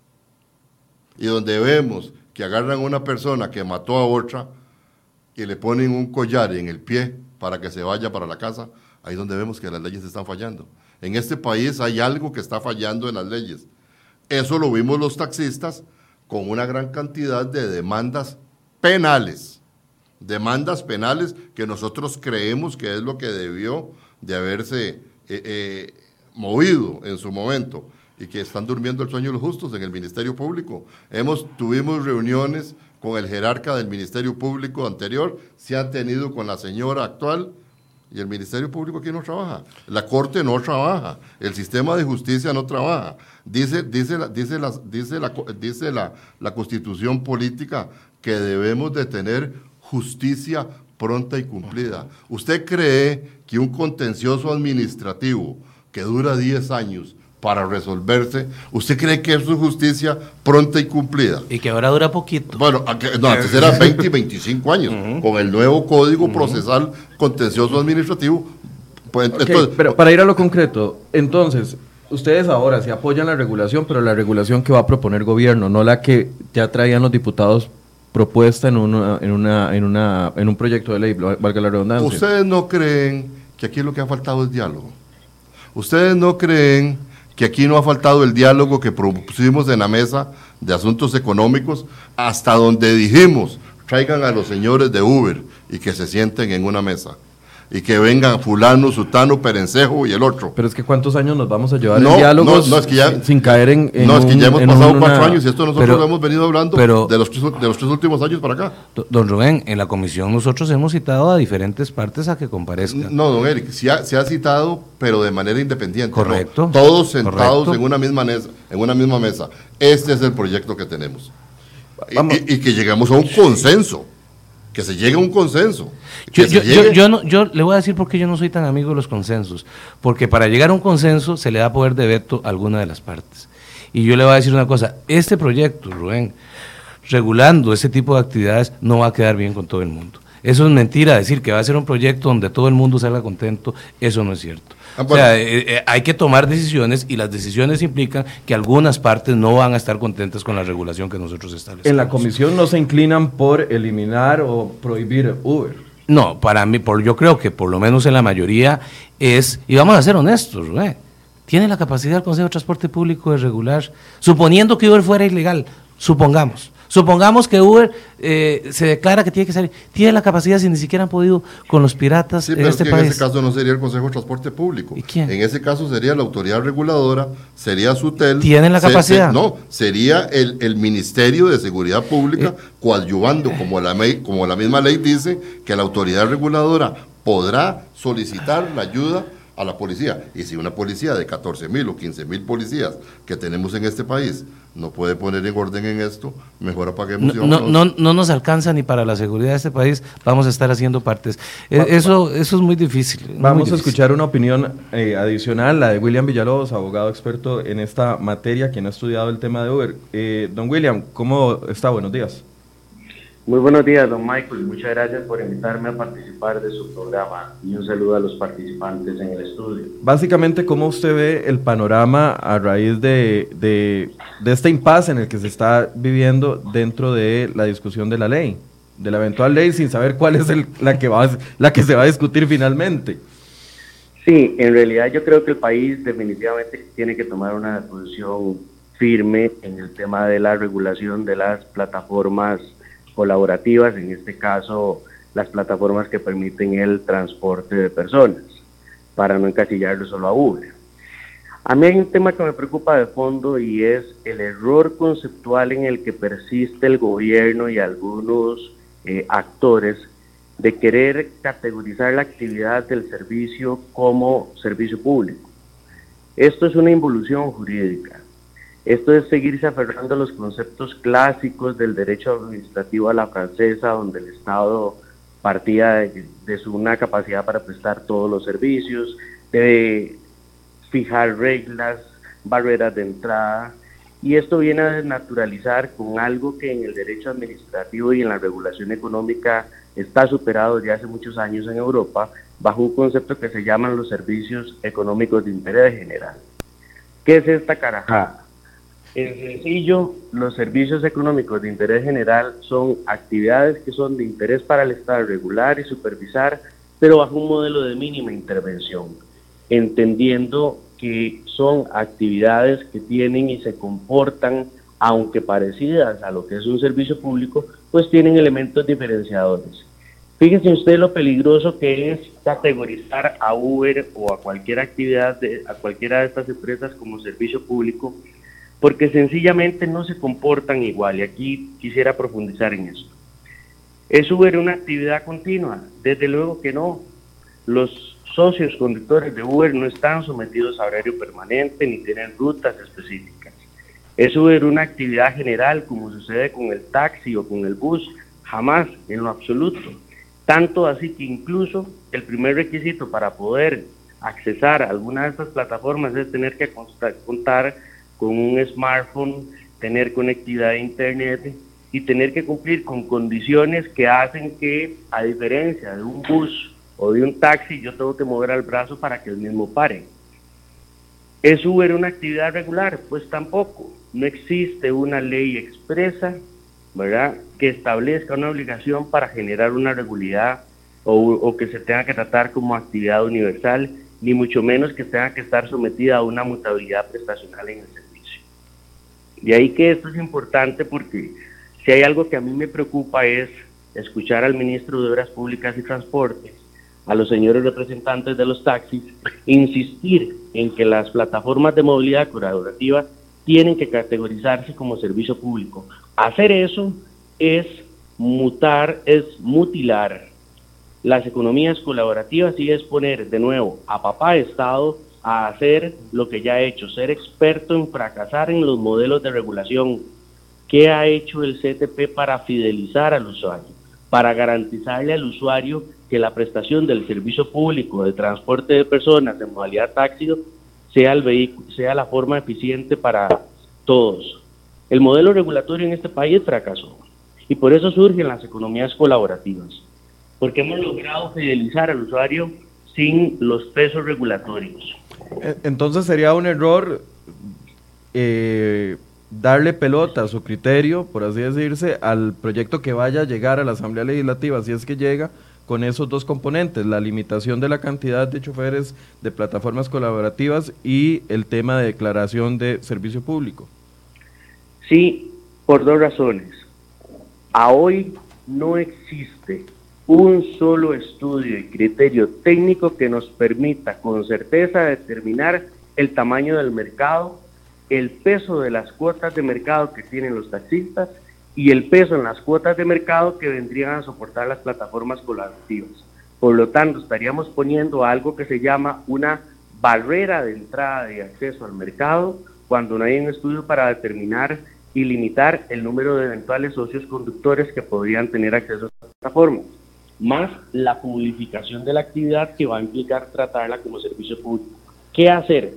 y donde vemos que agarran a una persona que mató a otra y le ponen un collar en el pie para que se vaya para la casa, ahí es donde vemos que las leyes están fallando. En este país hay algo que está fallando en las leyes. Eso lo vimos los taxistas con una gran cantidad de demandas penales, demandas penales que nosotros creemos que es lo que debió de haberse eh, eh, movido en su momento, y que están durmiendo el sueño de los justos en el Ministerio Público. Hemos, tuvimos reuniones con el jerarca del Ministerio Público anterior, se han tenido con la señora actual, y el Ministerio Público aquí no trabaja, la Corte no trabaja, el sistema de justicia no trabaja. Dice, dice, la, dice, la, dice, la, dice la, la Constitución Política que debemos de tener justicia pronta y cumplida. ¿Usted cree que un contencioso administrativo que dura diez años para resolverse, usted cree que es su justicia pronta y cumplida? Y que ahora dura poquito. Bueno, no, antes era veinte y veinticinco años, uh-huh. Con el nuevo Código uh-huh. Procesal Contencioso Administrativo. Pues, okay, entonces, pero para ir a lo concreto, entonces, ustedes ahora se apoyan la regulación, pero la regulación que va a proponer gobierno, no la que ya traían los diputados propuesta en una, en una, en una, en un proyecto de ley, valga la redundancia. ¿Ustedes no creen que aquí lo que ha faltado es diálogo? ¿Ustedes no creen que aquí no ha faltado el diálogo que propusimos en la mesa de asuntos económicos, hasta donde dijimos, traigan a los señores de Uber y que se sienten en una mesa? y que vengan fulano, sutano, perencejo y el otro. Pero es que ¿cuántos años nos vamos a llevar no, en diálogos no, no, es que ya, sin, sin caer en, en No, es que ya hemos pasado una, cuatro años y esto nosotros pero, lo hemos venido hablando pero, de, los tres, de los tres últimos años para acá. Don Rubén, en la comisión nosotros hemos citado a diferentes partes a que comparezcan. No, don Eric, se ha, se ha citado, pero de manera independiente. Correcto. No, todos sentados correcto. en una misma mesa, en una misma mesa. Este es el proyecto que tenemos. Y, y, y que lleguemos a un consenso. Que se llegue a un consenso. Yo, yo, llegue... yo, yo, no, yo le voy a decir por qué yo no soy tan amigo de los consensos. Porque para llegar a un consenso se le da poder de veto a alguna de las partes. Y yo le voy a decir una cosa, este proyecto, Rubén, regulando ese tipo de actividades, no va a quedar bien con todo el mundo. Eso es mentira, decir que va a ser un proyecto donde todo el mundo salga contento, eso no es cierto. Ah, bueno. O sea, eh, eh, hay que tomar decisiones y las decisiones implican que algunas partes no van a estar contentas con la regulación que nosotros establecemos. En la comisión no se inclinan por eliminar o prohibir Uber. No, para mí, por, yo creo que por lo menos en la mayoría es, y vamos a ser honestos, ¿eh? ¿Tiene la capacidad el Consejo de Transporte Público de regular? Suponiendo que Uber fuera ilegal, supongamos. Supongamos que Uber eh, se declara que tiene que salir. Tiene la capacidad si ni siquiera han podido con los piratas sí, en pero este es que país. en ese caso no sería el Consejo de Transporte Público. ¿Y quién? En ese caso sería la autoridad reguladora, sería SUTEL. ¿Tienen la se, capacidad? Se, no, sería el, el Ministerio de Seguridad Pública eh. coadyuvando, como la, como la misma ley dice, que la autoridad reguladora podrá solicitar la ayuda a la policía. Y si una policía de catorce mil o quince mil policías que tenemos en este país no puede poner en orden en esto, mejor apaguemos. No, no, no, no nos alcanza ni para la seguridad de este país, vamos a estar haciendo partes. Va, eso, va, eso es muy difícil. Vamos muy a difícil. escuchar una opinión eh, adicional, la de William Villalobos, abogado experto en esta materia, quien ha estudiado el tema de Uber. Eh, don William, ¿cómo está? Buenos días. Muy buenos días, don Michael. Muchas gracias por invitarme a participar de su programa y un saludo a los participantes en el estudio. Básicamente, ¿cómo usted ve el panorama a raíz de, de, de este impasse en el que se está viviendo dentro de la discusión de la ley, de la eventual ley, sin saber cuál es el, la, que va, la que se va a discutir finalmente? Sí, en realidad yo creo que el país definitivamente tiene que tomar una posición firme en el tema de la regulación de las plataformas colaborativas, en este caso las plataformas que permiten el transporte de personas, para no encasillarlo solo a Uber. A mí hay un tema que me preocupa de fondo y es el error conceptual en el que persiste el gobierno y algunos eh, actores de querer categorizar la actividad del servicio como servicio público. Esto es una involución jurídica. Esto es seguirse aferrando a los conceptos clásicos del derecho administrativo a la francesa, donde el Estado partía de, de su una capacidad para prestar todos los servicios, de fijar reglas, barreras de entrada, y esto viene a desnaturalizar con algo que en el derecho administrativo y en la regulación económica está superado ya hace muchos años en Europa, bajo un concepto que se llaman los servicios económicos de interés general. ¿Qué es esta carajada? En sencillo, los servicios económicos de interés general son actividades que son de interés para el Estado regular y supervisar, pero bajo un modelo de mínima intervención, entendiendo que son actividades que tienen y se comportan, aunque parecidas a lo que es un servicio público, pues tienen elementos diferenciadores. Fíjese usted lo peligroso que es categorizar a Uber o a cualquier actividad, de, a cualquiera de estas empresas como servicio público, porque sencillamente no se comportan igual, y aquí quisiera profundizar en esto. ¿Es Uber una actividad continua? Desde luego que no. Los socios conductores de Uber no están sometidos a horario permanente ni tienen rutas específicas. ¿Es Uber una actividad general como sucede con el taxi o con el bus? Jamás, en lo absoluto. Tanto así que incluso el primer requisito para poder accesar a alguna de estas plataformas es tener que contar con un smartphone, tener conectividad a internet y tener que cumplir con condiciones que hacen que, a diferencia de un bus o de un taxi, yo tengo que mover al brazo para que el mismo pare. ¿Es Uber una actividad regular? Pues tampoco. No existe una ley expresa, ¿verdad?, que establezca una obligación para generar una regularidad o, o que se tenga que tratar como actividad universal, ni mucho menos que tenga que estar sometida a una mutabilidad prestacional en el servicio. De ahí que esto es importante, porque si hay algo que a mí me preocupa es escuchar al ministro de Obras Públicas y Transportes a los señores representantes de los taxis, insistir en que las plataformas de movilidad colaborativa tienen que categorizarse como servicio público. Hacer eso es mutar, es mutilar las economías colaborativas y es poner de nuevo a papá Estado a hacer lo que ya ha hecho, ser experto en fracasar en los modelos de regulación. ¿Qué ha hecho el C T P para fidelizar al usuario? Para garantizarle al usuario que la prestación del servicio público de transporte de personas en modalidad taxi sea, el vehículo, sea la forma eficiente para todos. El modelo regulatorio en este país fracasó y por eso surgen las economías colaborativas, porque hemos logrado fidelizar al usuario sin los pesos regulatorios. Entonces sería un error eh, darle pelota a su criterio, por así decirse, al proyecto que vaya a llegar a la Asamblea Legislativa, si es que llega, con esos dos componentes, la limitación de la cantidad de choferes de plataformas colaborativas y el tema de declaración de servicio público. Sí, por dos razones. A hoy no existe un solo estudio y criterio técnico que nos permita con certeza determinar el tamaño del mercado, el peso de las cuotas de mercado que tienen los taxistas y el peso en las cuotas de mercado que vendrían a soportar las plataformas colaborativas. Por lo tanto, estaríamos poniendo algo que se llama una barrera de entrada y acceso al mercado cuando no hay un estudio para determinar y limitar el número de eventuales socios conductores que podrían tener acceso a estas plataformas, más la publificación de la actividad que va a implicar tratarla como servicio público. ¿Qué hacer?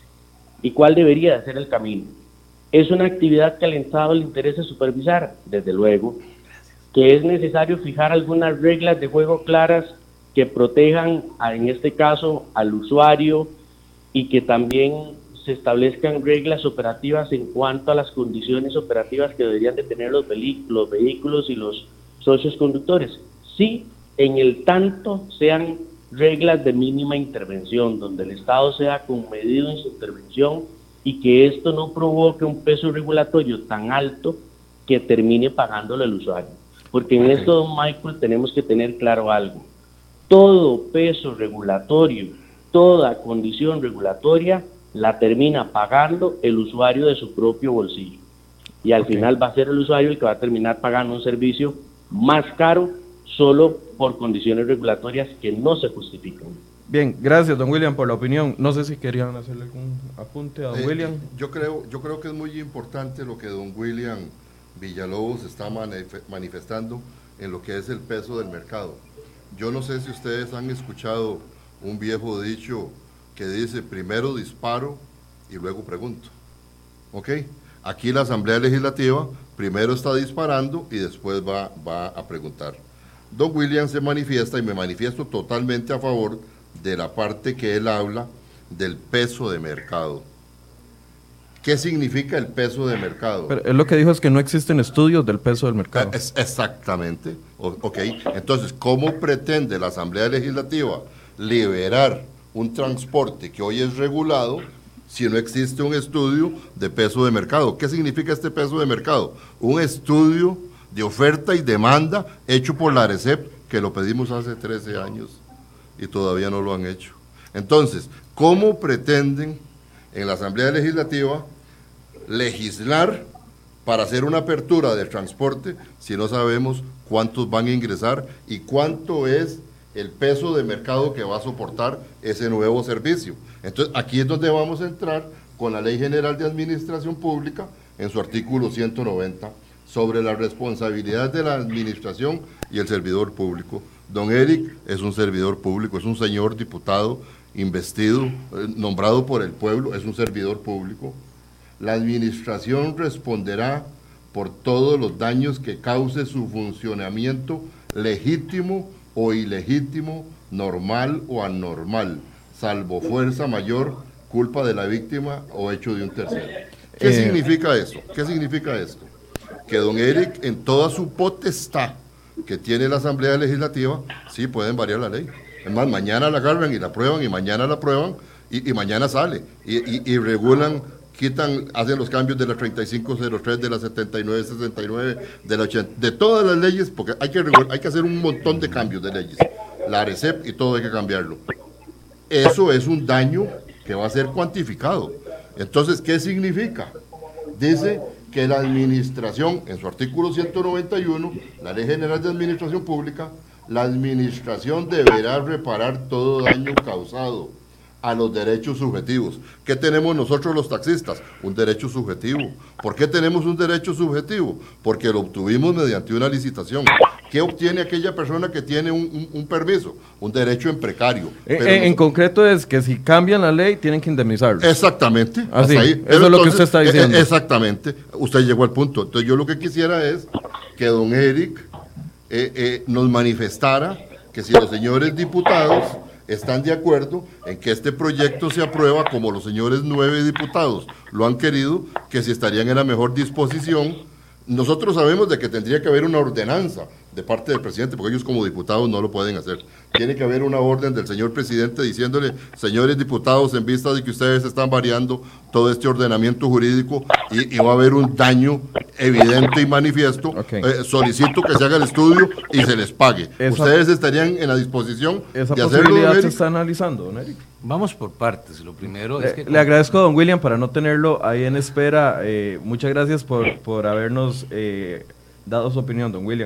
¿Y cuál debería de ser el camino? ¿Es una actividad que al Estado le interesa supervisar? Desde luego. ¿Que es necesario fijar algunas reglas de juego claras que protejan, a, en este caso, al usuario y que también se establezcan reglas operativas en cuanto a las condiciones operativas que deberían de tener los, los vehículos y los socios conductores? Sí, en el tanto sean reglas de mínima intervención, donde el Estado sea comedido en su intervención y que esto no provoque un peso regulatorio tan alto que termine pagándole al usuario. Porque en esto, don Michael, tenemos que tener claro algo. Todo peso regulatorio, toda condición regulatoria, la termina pagando el usuario de su propio bolsillo. Y al okay. final va a ser el usuario el que va a terminar pagando un servicio más caro solo por condiciones regulatorias que no se justifican. Bien, gracias don William por la opinión. No sé si querían hacerle algún apunte a don eh, William. Yo creo, yo creo que es muy importante lo que don William Villalobos está manifestando en lo que es el peso del mercado. Yo no sé si ustedes han escuchado un viejo dicho que dice primero disparo y luego pregunto. ¿Ok? Aquí la Asamblea Legislativa primero está disparando y después va, va a preguntar. Don William se manifiesta y me manifiesto totalmente a favor de la parte que él habla del peso de mercado. ¿Qué significa el peso de mercado? Pero él lo que dijo es que no existen estudios del peso del mercado. Es, exactamente. O, ok, entonces, ¿cómo pretende la Asamblea Legislativa liberar un transporte que hoy es regulado si no existe un estudio de peso de mercado? ¿Qué significa este peso de mercado? Un estudio de oferta y demanda hecho por la ARECEP, que lo pedimos hace trece años y todavía no lo han hecho. Entonces, ¿cómo pretenden en la Asamblea Legislativa legislar para hacer una apertura del transporte si no sabemos cuántos van a ingresar y cuánto es el peso de mercado que va a soportar ese nuevo servicio? Entonces, aquí es donde vamos a entrar con la Ley General de Administración Pública en su artículo ciento noventa sobre la responsabilidad de la administración y el servidor público. Don Eric es un servidor público, es un señor diputado investido, eh, nombrado por el pueblo, es un servidor público. La administración responderá por todos los daños que cause su funcionamiento legítimo o ilegítimo, normal o anormal, salvo fuerza mayor, culpa de la víctima o hecho de un tercero. ¿Qué eh. significa eso? ¿Qué significa esto? Que don Eric, en toda su potestad que tiene la Asamblea Legislativa, sí pueden variar la ley. Es más, mañana la agarran y la aprueban, y mañana la aprueban, y, y mañana sale, y, y, y regulan, quitan, hacen los cambios de la treinta y cinco cero tres, de la setenta y nueve sesenta y nueve, de la ochenta, de todas las leyes, porque hay que, regular, hay que hacer un montón de cambios de leyes. la ARECEP y todo hay que cambiarlo. Eso es un daño que va a ser cuantificado. Entonces, ¿qué significa? Dice que la administración, en su artículo ciento noventa y uno, la Ley General de Administración Pública, la administración deberá reparar todo daño causado a los derechos subjetivos. ¿Qué tenemos nosotros los taxistas? Un derecho subjetivo. ¿Por qué tenemos un derecho subjetivo? Porque lo obtuvimos mediante una licitación. ¿Qué obtiene aquella persona que tiene un, un, un permiso? Un derecho en precario. Eh, eh, en nos... concreto es que si cambian la ley, tienen que indemnizarlo. Exactamente. Así, ahí. Eso Pero es entonces, lo que usted está diciendo. Eh, exactamente. Usted llegó al punto. Entonces yo lo que quisiera es que don Eric eh, eh, nos manifestara que si los señores diputados están de acuerdo en que este proyecto se aprueba como los señores nueve diputados lo han querido, que si estarían en la mejor disposición. Nosotros sabemos de que tendría que haber una ordenanza de parte del presidente, porque ellos como diputados no lo pueden hacer. Tiene que haber una orden del señor presidente diciéndole, señores diputados, en vista de que ustedes están variando todo este ordenamiento jurídico y, y va a haber un daño evidente y manifiesto, okay. eh, solicito que se haga el estudio y se les pague. Esa, ¿Ustedes estarían en la disposición esa de hacerlo? ¿Esa posibilidad se está analizando, don Eric? Vamos por partes. Lo primero le, es que... Le agradezco a don William para no tenerlo ahí en espera. Eh, muchas gracias por, por habernos eh, dado su opinión, don William.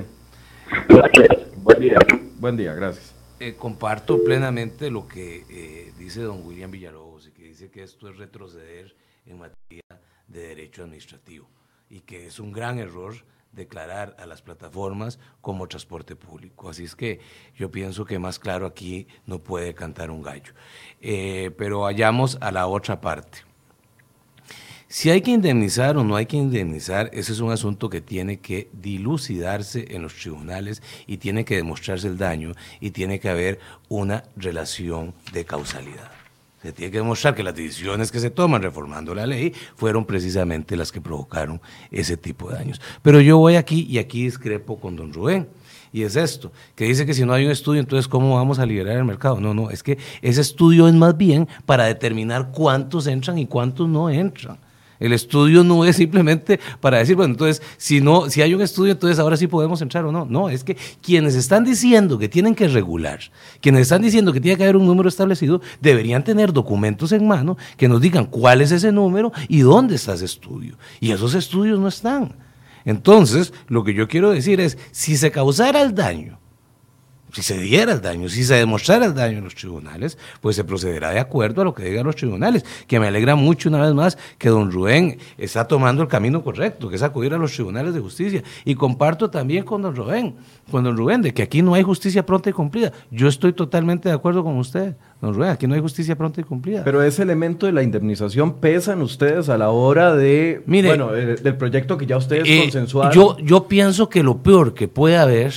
Buen día. Buen día, gracias. Eh, comparto plenamente lo que eh, dice don William Villalobos, y que dice que esto es retroceder en materia de derecho administrativo y que es un gran error declarar a las plataformas como transporte público. Así es que yo pienso que más claro aquí no puede cantar un gallo. Eh, pero vayamos a la otra parte. Si hay que indemnizar o no hay que indemnizar, ese es un asunto que tiene que dilucidarse en los tribunales y tiene que demostrarse el daño y tiene que haber una relación de causalidad. Se tiene que demostrar que las decisiones que se toman reformando la ley fueron precisamente las que provocaron ese tipo de daños. Pero yo voy aquí y aquí discrepo con don Rubén. Y es esto, que dice que si no hay un estudio, entonces ¿cómo vamos a liberar el mercado? No, no, es que ese estudio es más bien para determinar cuántos entran y cuántos no entran. El estudio no es simplemente para decir, bueno, entonces, si no, si hay un estudio, entonces ahora sí podemos entrar o no. No, es que quienes están diciendo que tienen que regular, quienes están diciendo que tiene que haber un número establecido, deberían tener documentos en mano que nos digan cuál es ese número y dónde está ese estudio. Y esos estudios no están. Entonces, lo que yo quiero decir es, si se causara el daño, si se diera el daño, si se demostrara el daño en los tribunales, pues se procederá de acuerdo a lo que digan los tribunales, que me alegra mucho una vez más que don Rubén está tomando el camino correcto, que es acudir a los tribunales de justicia, y comparto también con don Rubén, con don Rubén, de que aquí no hay justicia pronta y cumplida. Yo estoy totalmente de acuerdo con usted, don Rubén, aquí no hay justicia pronta y cumplida. Pero ese elemento de la indemnización pesan ustedes a la hora de, Mire, bueno, del, del proyecto que ya ustedes eh, consensuaron. Yo, yo pienso que lo peor que puede haber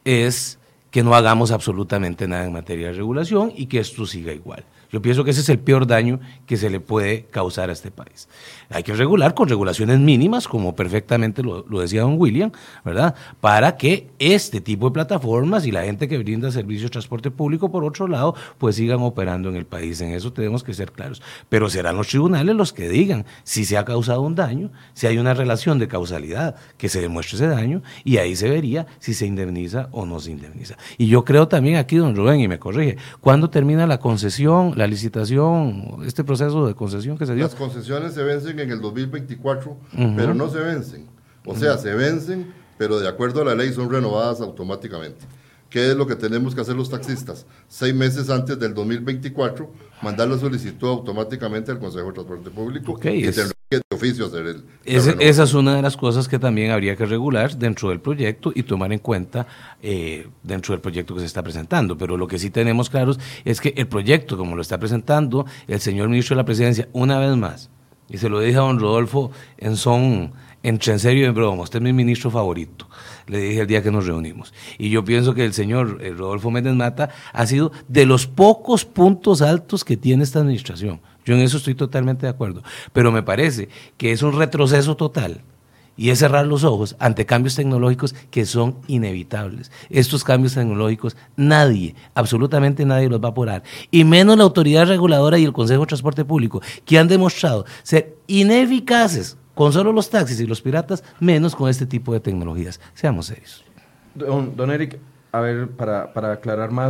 es que no hagamos absolutamente nada en materia de regulación y que esto siga igual. Yo pienso que ese es el peor daño que se le puede causar a este país. Hay que regular con regulaciones mínimas, como perfectamente lo, lo decía don William, ¿verdad? Para que este tipo de plataformas y la gente que brinda servicios de transporte público, por otro lado, pues sigan operando en el país. En eso tenemos que ser claros. Pero serán los tribunales los que digan si se ha causado un daño, si hay una relación de causalidad que se demuestre ese daño, y ahí se vería si se indemniza o no se indemniza. Y yo creo también aquí, don Rubén, y me corrige, ¿cuándo termina la concesión, la licitación, este proceso de concesión que se dio? Las concesiones se vencen en el dos mil veinticuatro, uh-huh. pero no se vencen. O sea, uh-huh. se vencen, pero de acuerdo a la ley son renovadas automáticamente. ¿Qué es lo que tenemos que hacer los taxistas? Seis meses antes del dos mil veinticuatro, mandar la solicitud automáticamente al Consejo de Transporte Público okay, y es... tendrá que de oficio hacer el... Ese, esa es una de las cosas que también habría que regular dentro del proyecto y tomar en cuenta eh, dentro del proyecto que se está presentando. Pero lo que sí tenemos claros es que el proyecto, como lo está presentando el señor ministro de la Presidencia, una vez más, y se lo dije a don Rodolfo en son, entre en serio y en broma, usted es mi ministro favorito, le dije el día que nos reunimos. Y yo pienso que el señor eh, Rodolfo Méndez Mata ha sido de los pocos puntos altos que tiene esta administración. Yo en eso estoy totalmente de acuerdo. Pero me parece que es un retroceso total y es cerrar los ojos ante cambios tecnológicos que son inevitables. Estos cambios tecnológicos nadie, absolutamente nadie los va a apurar, y menos la autoridad reguladora y el Consejo de Transporte Público, que han demostrado ser ineficaces con solo los taxis y los piratas, menos con este tipo de tecnologías. Seamos serios. Don, don Eric, a ver, para, para aclarar más,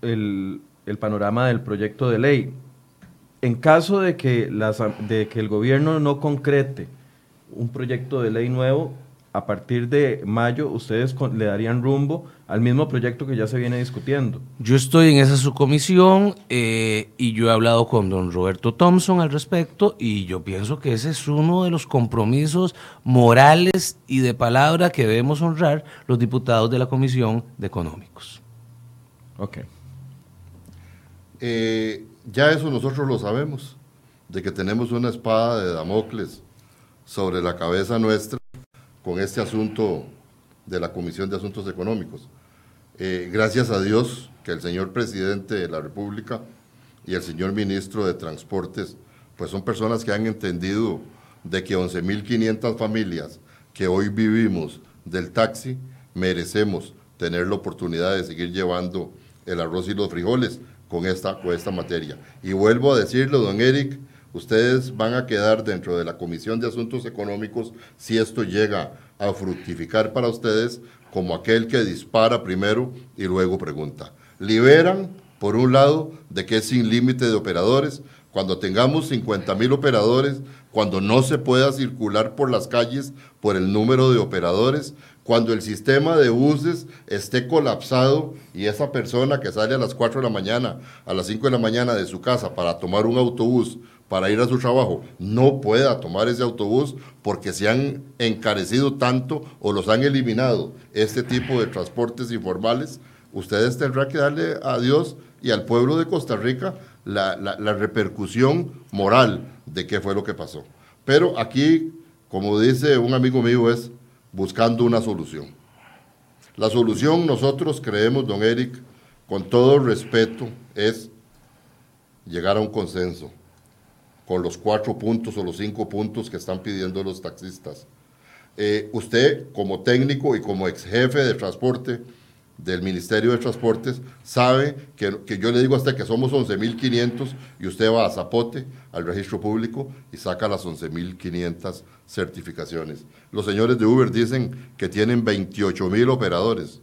el, el panorama del proyecto de ley. En caso de que, las, de que el gobierno no concrete un proyecto de ley nuevo, a partir de mayo ustedes con, le darían rumbo al mismo proyecto que ya se viene discutiendo. Yo estoy en esa subcomisión eh, y yo he hablado con don Roberto Thompson al respecto y yo pienso que ese es uno de los compromisos morales y de palabra que debemos honrar los diputados de la Comisión de Económicos. Ok. Eh, ya eso nosotros lo sabemos, de que tenemos una espada de Damocles sobre la cabeza nuestra con este asunto de la Comisión de Asuntos Económicos. Eh, gracias a Dios que el señor presidente de la República y el señor ministro de Transportes, pues son personas que han entendido de que once mil quinientas familias que hoy vivimos del taxi merecemos tener la oportunidad de seguir llevando el arroz y los frijoles con esta, con esta materia. Y vuelvo a decirlo, don Eric, ustedes van a quedar dentro de la Comisión de Asuntos Económicos si esto llega a fructificar para ustedes como aquel que dispara primero y luego pregunta. Liberan, por un lado, de que es sin límite de operadores. Cuando tengamos cincuenta mil operadores, cuando no se pueda circular por las calles por el número de operadores, cuando el sistema de buses esté colapsado y esa persona que sale a las cuatro de la mañana, a las cinco de la mañana de su casa para tomar un autobús, para ir a su trabajo, no pueda tomar ese autobús porque se han encarecido tanto o los han eliminado este tipo de transportes informales, ustedes tendrán que darle a Dios y al pueblo de Costa Rica la, la, la repercusión moral de qué fue lo que pasó. Pero aquí, como dice un amigo mío, es buscando una solución. La solución, nosotros creemos, don Eric, con todo respeto, es llegar a un consenso con los cuatro puntos o los cinco puntos que están pidiendo los taxistas. Eh, usted, como técnico y como ex jefe de transporte del Ministerio de Transportes, sabe que, que yo le digo a usted que somos once mil quinientos y usted va a Zapote, al registro público, y saca las once mil quinientas certificaciones. Los señores de Uber dicen que tienen veintiocho mil operadores.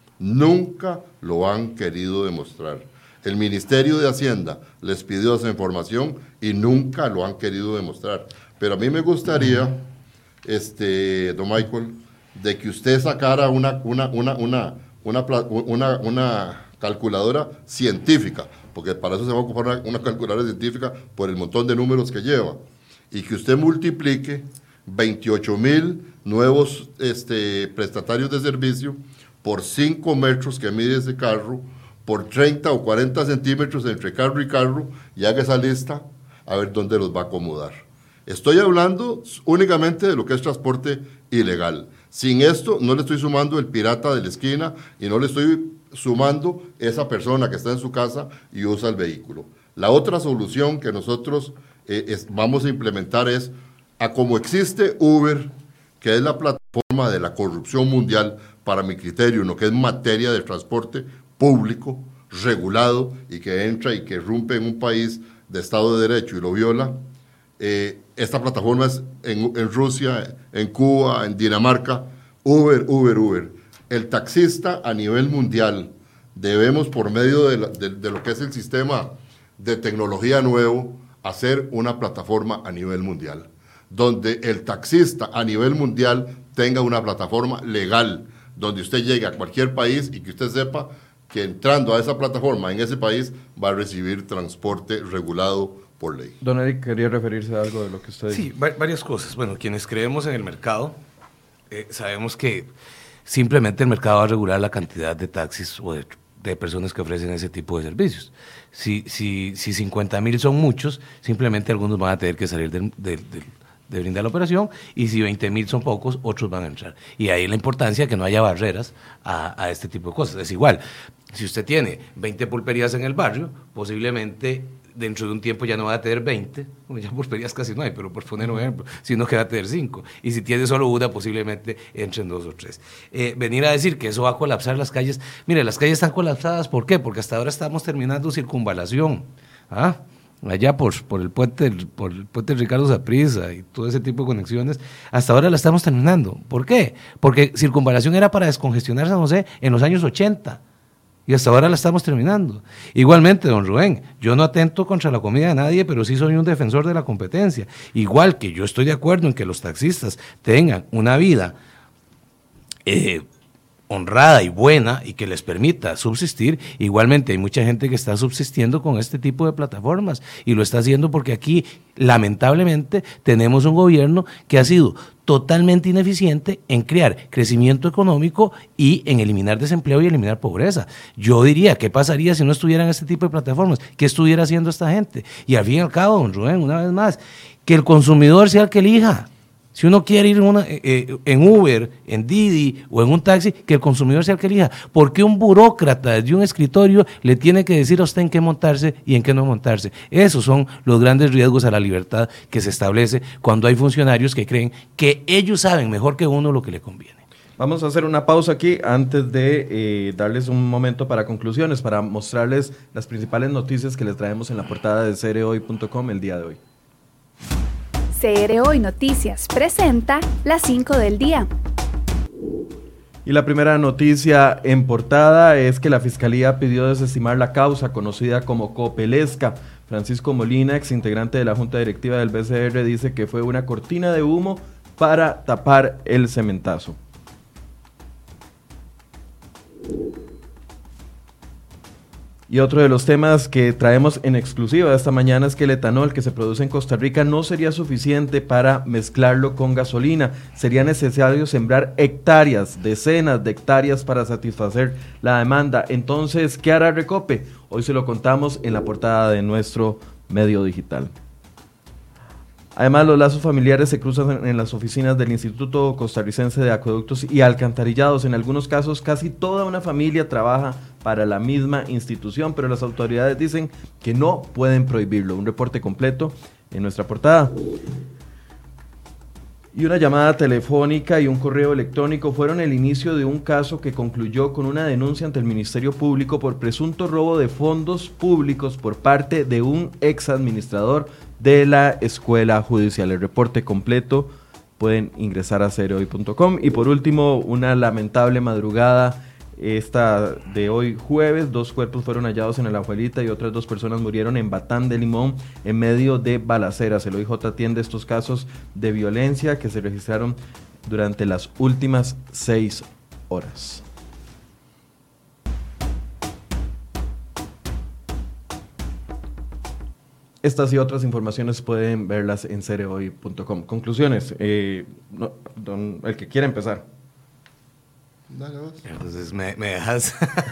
Nunca lo han querido demostrar. El Ministerio de Hacienda les pidió esa información y nunca lo han querido demostrar. Pero a mí me gustaría, este, don Michael, de que usted sacara una, una, una, una, una, una, una calculadora científica, porque para eso se va a ocupar una, una calculadora científica por el montón de números que lleva, y que usted multiplique veintiocho mil nuevos este, prestatarios de servicio por cinco metros que mide ese carro, por treinta o cuarenta centímetros entre carro y carro, y haga esa lista a ver dónde los va a acomodar. Estoy hablando únicamente de lo que es transporte ilegal. Sin esto no le estoy sumando el pirata de la esquina y no le estoy sumando esa persona que está en su casa y usa el vehículo. La otra solución que nosotros eh, es, vamos a implementar es, a como existe Uber, que es la plataforma de la corrupción mundial, para mi criterio, en lo que es materia de transporte público, regulado, y que entra y que rompe en un país de Estado de Derecho y lo viola. Eh, esta plataforma es en, en Rusia, en Cuba, en Dinamarca. Uber, Uber, Uber. El taxista a nivel mundial, debemos por medio de, la, de, de lo que es el sistema de tecnología nuevo, hacer una plataforma a nivel mundial, donde el taxista a nivel mundial tenga una plataforma legal, donde usted llegue a cualquier país y que usted sepa que entrando a esa plataforma en ese país va a recibir transporte regulado por ley. Don Eric, quería referirse a algo de lo que usted dijo. Sí, varias cosas. Bueno, quienes creemos en el mercado, eh, sabemos que simplemente el mercado va a regular la cantidad de taxis o de, de personas que ofrecen ese tipo de servicios. Si, si, si cincuenta mil son muchos, simplemente algunos van a tener que salir del, del, del de brindar la operación, y si veinte mil son pocos, otros van a entrar. Y ahí la importancia de que no haya barreras a, a este tipo de cosas. Es igual, si usted tiene veinte pulperías en el barrio, posiblemente dentro de un tiempo ya no va a tener veinte, bueno, ya pulperías casi no hay, pero por poner un ejemplo, sino que va a tener cinco. Y si tiene solo una, posiblemente entren dos o tres. Eh, venir a decir que eso va a colapsar las calles, mire, las calles están colapsadas, ¿por qué? Porque hasta ahora estamos terminando circunvalación, ¿ah? allá por, por, el puente, por el puente Ricardo Saprissa y todo ese tipo de conexiones, hasta ahora la estamos terminando. ¿Por qué? Porque circunvalación era para descongestionar San José en los años ochenta. y hasta ahora la estamos terminando. Igualmente, don Rubén, yo no atento contra la comida de nadie, pero sí soy un defensor de la competencia. Igual que yo estoy de acuerdo en que los taxistas tengan una vida eh, honrada y buena y que les permita subsistir, igualmente hay mucha gente que está subsistiendo con este tipo de plataformas y lo está haciendo porque aquí lamentablemente tenemos un gobierno que ha sido totalmente ineficiente en crear crecimiento económico y en eliminar desempleo y eliminar pobreza. Yo diría, ¿qué pasaría si no estuvieran este tipo de plataformas? ¿Qué estuviera haciendo esta gente? Y al fin y al cabo, don Rubén, una vez más, que el consumidor sea el que elija. Si uno quiere ir una, eh, en Uber, en Didi o en un taxi, que el consumidor sea el que elija. ¿Por qué un burócrata desde un escritorio le tiene que decir a usted en qué montarse y en qué no montarse? Esos son los grandes riesgos a la libertad que se establece cuando hay funcionarios que creen que ellos saben mejor que uno lo que le conviene. Vamos a hacer una pausa aquí antes de eh, darles un momento para conclusiones, para mostrarles las principales noticias que les traemos en la portada de C R hoy punto com el día de hoy. C R Hoy Noticias presenta las cinco del día. Y la primera noticia en portada es que la Fiscalía pidió desestimar la causa conocida como Copelesca. Francisco Molina, ex integrante de la Junta Directiva del B C R, dice que fue una cortina de humo para tapar el cementazo. Y otro de los temas que traemos en exclusiva esta mañana es que el etanol que se produce en Costa Rica no sería suficiente para mezclarlo con gasolina. Sería necesario sembrar hectáreas, decenas de hectáreas para satisfacer la demanda. Entonces, ¿qué hará Recope? Hoy se lo contamos en la portada de nuestro medio digital. Además, los lazos familiares se cruzan en las oficinas del Instituto Costarricense de Acueductos y Alcantarillados. En algunos casos, casi toda una familia trabaja para la misma institución, pero las autoridades dicen que no pueden prohibirlo. Un reporte completo en nuestra portada. Y una llamada telefónica y un correo electrónico fueron el inicio de un caso que concluyó con una denuncia ante el Ministerio Público por presunto robo de fondos públicos por parte de un ex administrador de la Escuela Judicial. El reporte completo pueden ingresar a C R hoy punto com. Y por último, una lamentable madrugada esta de hoy jueves, dos cuerpos fueron hallados en Alajuelita y otras dos personas murieron en Batán de Limón en medio de balaceras. El O I J atiende estos casos de violencia que se registraron durante las últimas seis horas. Estas y otras informaciones pueden verlas en C R hoy punto com. Conclusiones, eh, no, don, el que quiera empezar. Entonces me, me dejas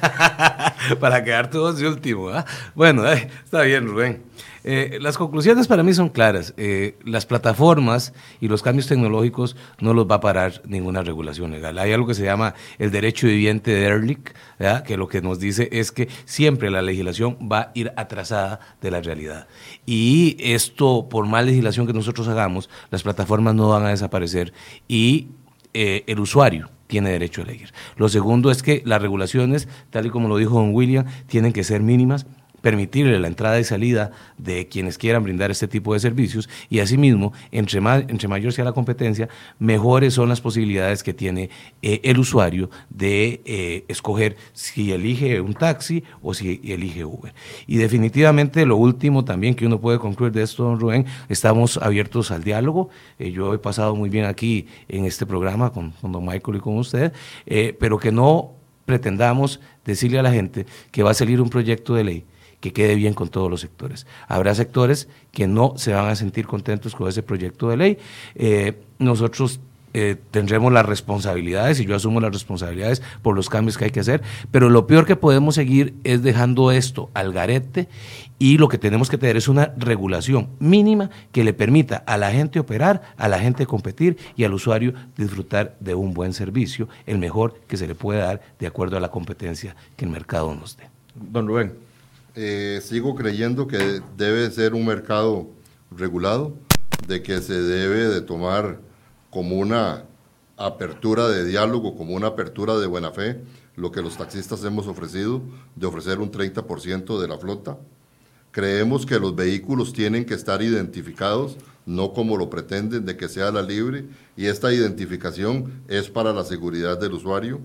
para quedar todos de último, ¿eh? Bueno, eh, está bien, Rubén. Eh, las conclusiones para mí son claras. Eh, las plataformas y los cambios tecnológicos no los va a parar ninguna regulación legal. Hay algo que se llama el derecho viviente de Ehrlich, ¿verdad? Que lo que nos dice es que siempre la legislación va a ir atrasada de la realidad. Y esto, por más legislación que nosotros hagamos, las plataformas no van a desaparecer y eh, el usuario tiene derecho a elegir. Lo segundo es que las regulaciones, tal y como lo dijo don William, tienen que ser mínimas, permitirle la entrada y salida de quienes quieran brindar este tipo de servicios y asimismo, entre, ma entre mayor sea la competencia, mejores son las posibilidades que tiene eh, el usuario de eh, escoger si elige un taxi o si elige Uber. Y definitivamente lo último también que uno puede concluir de esto, don Rubén, estamos abiertos al diálogo. Eh, yo he pasado muy bien aquí en este programa con, con don Michael y con usted, eh, pero que no pretendamos decirle a la gente que va a salir un proyecto de ley que quede bien con todos los sectores. Habrá sectores que no se van a sentir contentos con ese proyecto de ley. Eh, nosotros eh, tendremos las responsabilidades, y yo asumo las responsabilidades por los cambios que hay que hacer, pero lo peor que podemos seguir es dejando esto al garete, y lo que tenemos que tener es una regulación mínima que le permita a la gente operar, a la gente competir y al usuario disfrutar de un buen servicio, el mejor que se le puede dar de acuerdo a la competencia que el mercado nos dé. Don Rubén. Eh, sigo creyendo que debe ser un mercado regulado, de que se debe de tomar como una apertura de diálogo, como una apertura de buena fe, lo que los taxistas hemos ofrecido, de ofrecer un treinta por ciento de la flota. Creemos que los vehículos tienen que estar identificados, no como lo pretenden, de que sea la libre, y esta identificación es para la seguridad del usuario.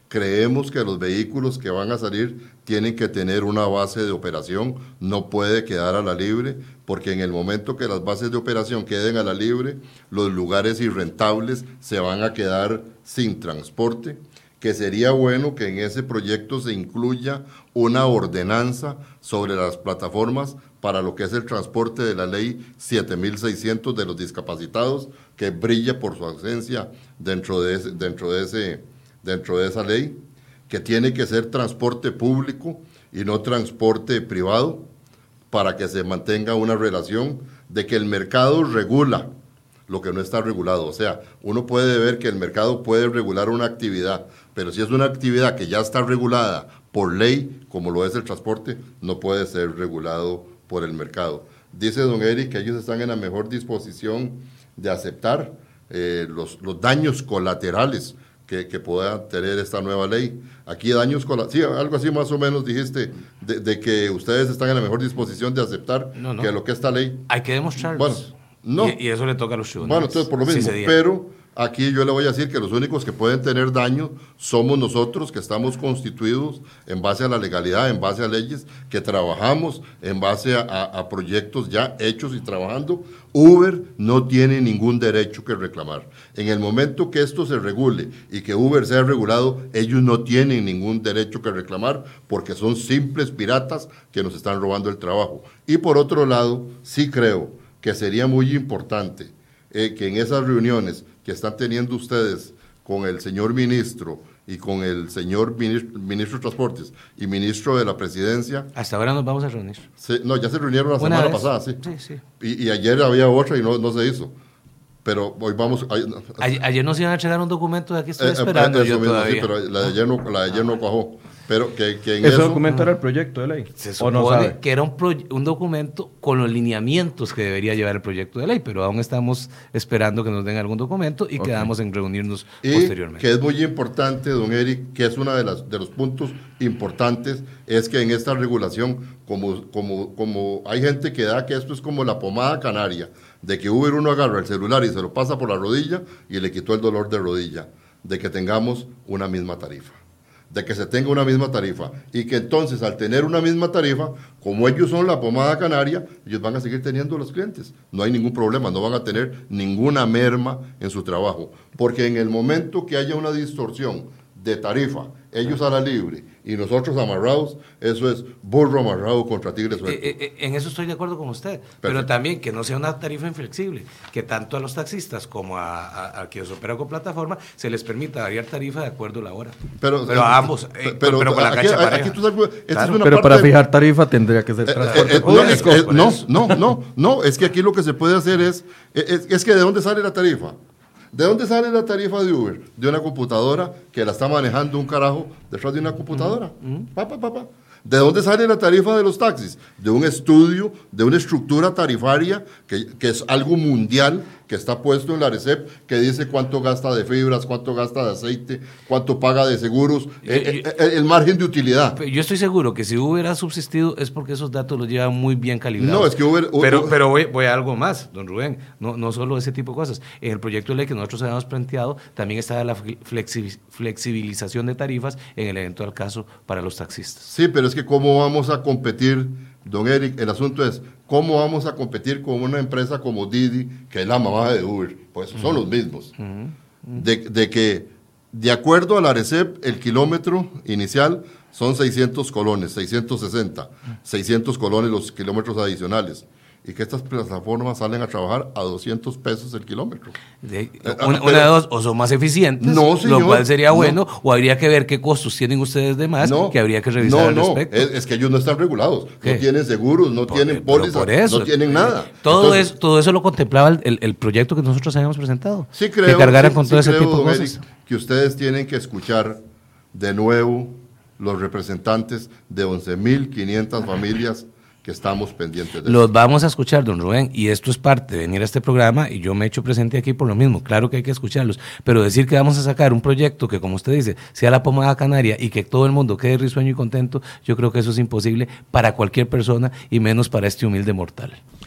creemos que los vehículos que van a salir tienen que tener una base de operación, no puede quedar a la libre, porque en el momento que las bases de operación queden a la libre, los lugares irrentables se van a quedar sin transporte, que sería bueno que en ese proyecto se incluya una ordenanza sobre las plataformas para lo que es el transporte de la ley siete mil seiscientos de los discapacitados, que brilla por su ausencia dentro de ese, dentro de ese, dentro de esa ley, que tiene que ser transporte público y no transporte privado, para que se mantenga una relación de que el mercado regula lo que no está regulado. O sea, uno puede ver que el mercado puede regular una actividad, pero si es una actividad que ya está regulada por ley, como lo es el transporte, no puede ser regulado por el mercado. Dice don Eric que ellos están en la mejor disposición de aceptar eh, los, los daños colaterales que, que pueda tener esta nueva ley. Aquí daños colaterales, sí, algo así más o menos dijiste, de, de que ustedes están en la mejor disposición de aceptar no, no. que lo que esta ley... Hay que demostrarlo. Bueno, no. Y, y eso le toca a los tribunales. Bueno, entonces por lo mismo, sí pero aquí yo le voy a decir que los únicos que pueden tener daño somos nosotros, que estamos constituidos en base a la legalidad, en base a leyes, que trabajamos en base a, a, a proyectos ya hechos y trabajando. Uber no tiene ningún derecho que reclamar. En el momento que esto se regule y que Uber sea regulado, ellos no tienen ningún derecho que reclamar porque son simples piratas que nos están robando el trabajo. Y por otro lado, sí creo que sería muy importante eh, que en esas reuniones que están teniendo ustedes con el señor ministro y con el señor ministro, ministro de Transportes y ministro de la Presidencia... Hasta ahora nos vamos a reunir. Se, no, ya se reunieron la Buena semana vez. pasada, sí. Sí, sí. Y, y ayer había otra y no, no se hizo. Pero hoy vamos... Ay, ayer, ayer nos iban a entregar un documento de aquí, estoy eh, esperando eh, yo mismo, todavía. Sí, pero la de ayer no, la de ayer no cuajó. Pero que, que en ¿Ese eso, documento era el proyecto de ley? Se ¿O supone no sabe? que era un, pro, un documento con los lineamientos que debería llevar el proyecto de ley, pero aún estamos esperando que nos den algún documento y okay. quedamos en reunirnos y posteriormente. Que es muy importante, don Eric, que es uno de, las, de los puntos importantes, es que en esta regulación, como, como, como hay gente que da que esto es como la pomada canaria, de que Uber uno agarra el celular y se lo pasa por la rodilla y le quitó el dolor de rodilla, de que tengamos una misma tarifa. de que se tenga una misma tarifa y que entonces al tener una misma tarifa, como ellos son la pomada canaria, ellos van a seguir teniendo los clientes. No hay ningún problema, no van a tener ninguna merma en su trabajo, porque en el momento que haya una distorsión de tarifa, ellos a la libre y nosotros amarrados, eso es burro amarrado contra tigre suelto. Eh, eh, en eso estoy de acuerdo con usted, Perfecto. Pero también que no sea una tarifa inflexible, que tanto a los taxistas como a, a, a quienes operan con plataforma se les permita variar tarifa de acuerdo a la hora. Pero, pero a ambos, eh, pero, pero con la aquí, cancha pareja. Aquí tú sabes, esta es una pero para de, fijar tarifa tendría que ser transporte eh, eh, no, es, es, no, no, no, no, es que aquí lo que se puede hacer es, es, es que ¿de dónde sale la tarifa? ¿De dónde sale la tarifa de Uber? De una computadora que la está manejando un carajo detrás de una computadora. Uh-huh. Pa, pa, pa, pa. ¿De dónde sale la tarifa de los taxis? De un estudio, de una estructura tarifaria que, que es algo mundial, que está puesto en la ARECEP, que dice cuánto gasta de fibras, cuánto gasta de aceite, cuánto paga de seguros, yo, el, yo, el, el margen de utilidad. Yo estoy seguro que si Uber ha subsistido es porque esos datos los llevan muy bien calibrados. No, es que Uber... Pero, Uber, pero voy, voy a algo más, don Rubén, no, no solo ese tipo de cosas. En el proyecto de ley que nosotros habíamos planteado, también está la flexibilización de tarifas en el eventual caso para los taxistas. Sí, pero es que ¿cómo vamos a competir, don Eric? El asunto es, ¿cómo vamos a competir con una empresa como Didi, que es la mamá de Uber? Pues son uh-huh. los mismos. Uh-huh. Uh-huh. De, de que, de acuerdo a la ARECEP, el kilómetro inicial son seiscientos colones, seiscientos sesenta, uh-huh. seiscientos colones los kilómetros adicionales. Y que estas plataformas salen a trabajar a doscientos pesos el kilómetro. De, una, una de dos, o son más eficientes, no, señor, lo cual sería bueno, no. o habría que ver qué costos tienen ustedes de más, no, que habría que revisar no, al no, respecto. Es, es que ellos no están regulados, ¿Qué? no tienen seguros, no por, tienen pólizas, no tienen nada. Todo, Entonces, eso, todo eso lo contemplaba el, el, el proyecto que nosotros habíamos presentado. Sí creo, que cargaran sí, con sí todo ese creo, tipo de cosas. Eric, que ustedes tienen que escuchar de nuevo los representantes de once mil quinientas familias que estamos pendientes de Los eso. Vamos a escuchar, don Rubén, y esto es parte de venir a este programa, y yo me he hecho presente aquí por lo mismo, claro que hay que escucharlos, pero decir que vamos a sacar un proyecto que, como usted dice, sea la pomada canaria y que todo el mundo quede risueño y contento, yo creo que eso es imposible para cualquier persona y menos para este humilde mortal.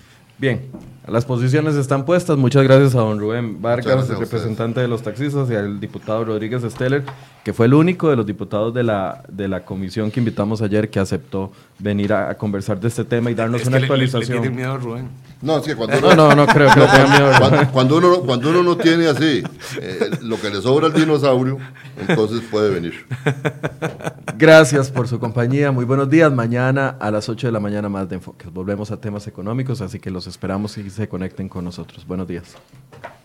Bien, las posiciones están puestas. Muchas gracias a don Rubén Vargas, gracias representante de los taxistas, y al diputado Rodríguez Steller, que fue el único de los diputados de la, de la comisión que invitamos ayer que aceptó venir a, a conversar de este tema y darnos Es una que le- le- actualización. Le, tiene miedo a Rubén. No, es que cuando No, uno, no, no creo que le tenga miedo. cuando, cuando uno, cuando uno no tiene así eh, lo que le sobra al dinosaurio, entonces puede venir. Gracias por su compañía. Muy buenos días. Mañana a las ocho de la mañana más de Enfoques. Volvemos a temas económicos, así que los esperamos y se conecten con nosotros. Buenos días.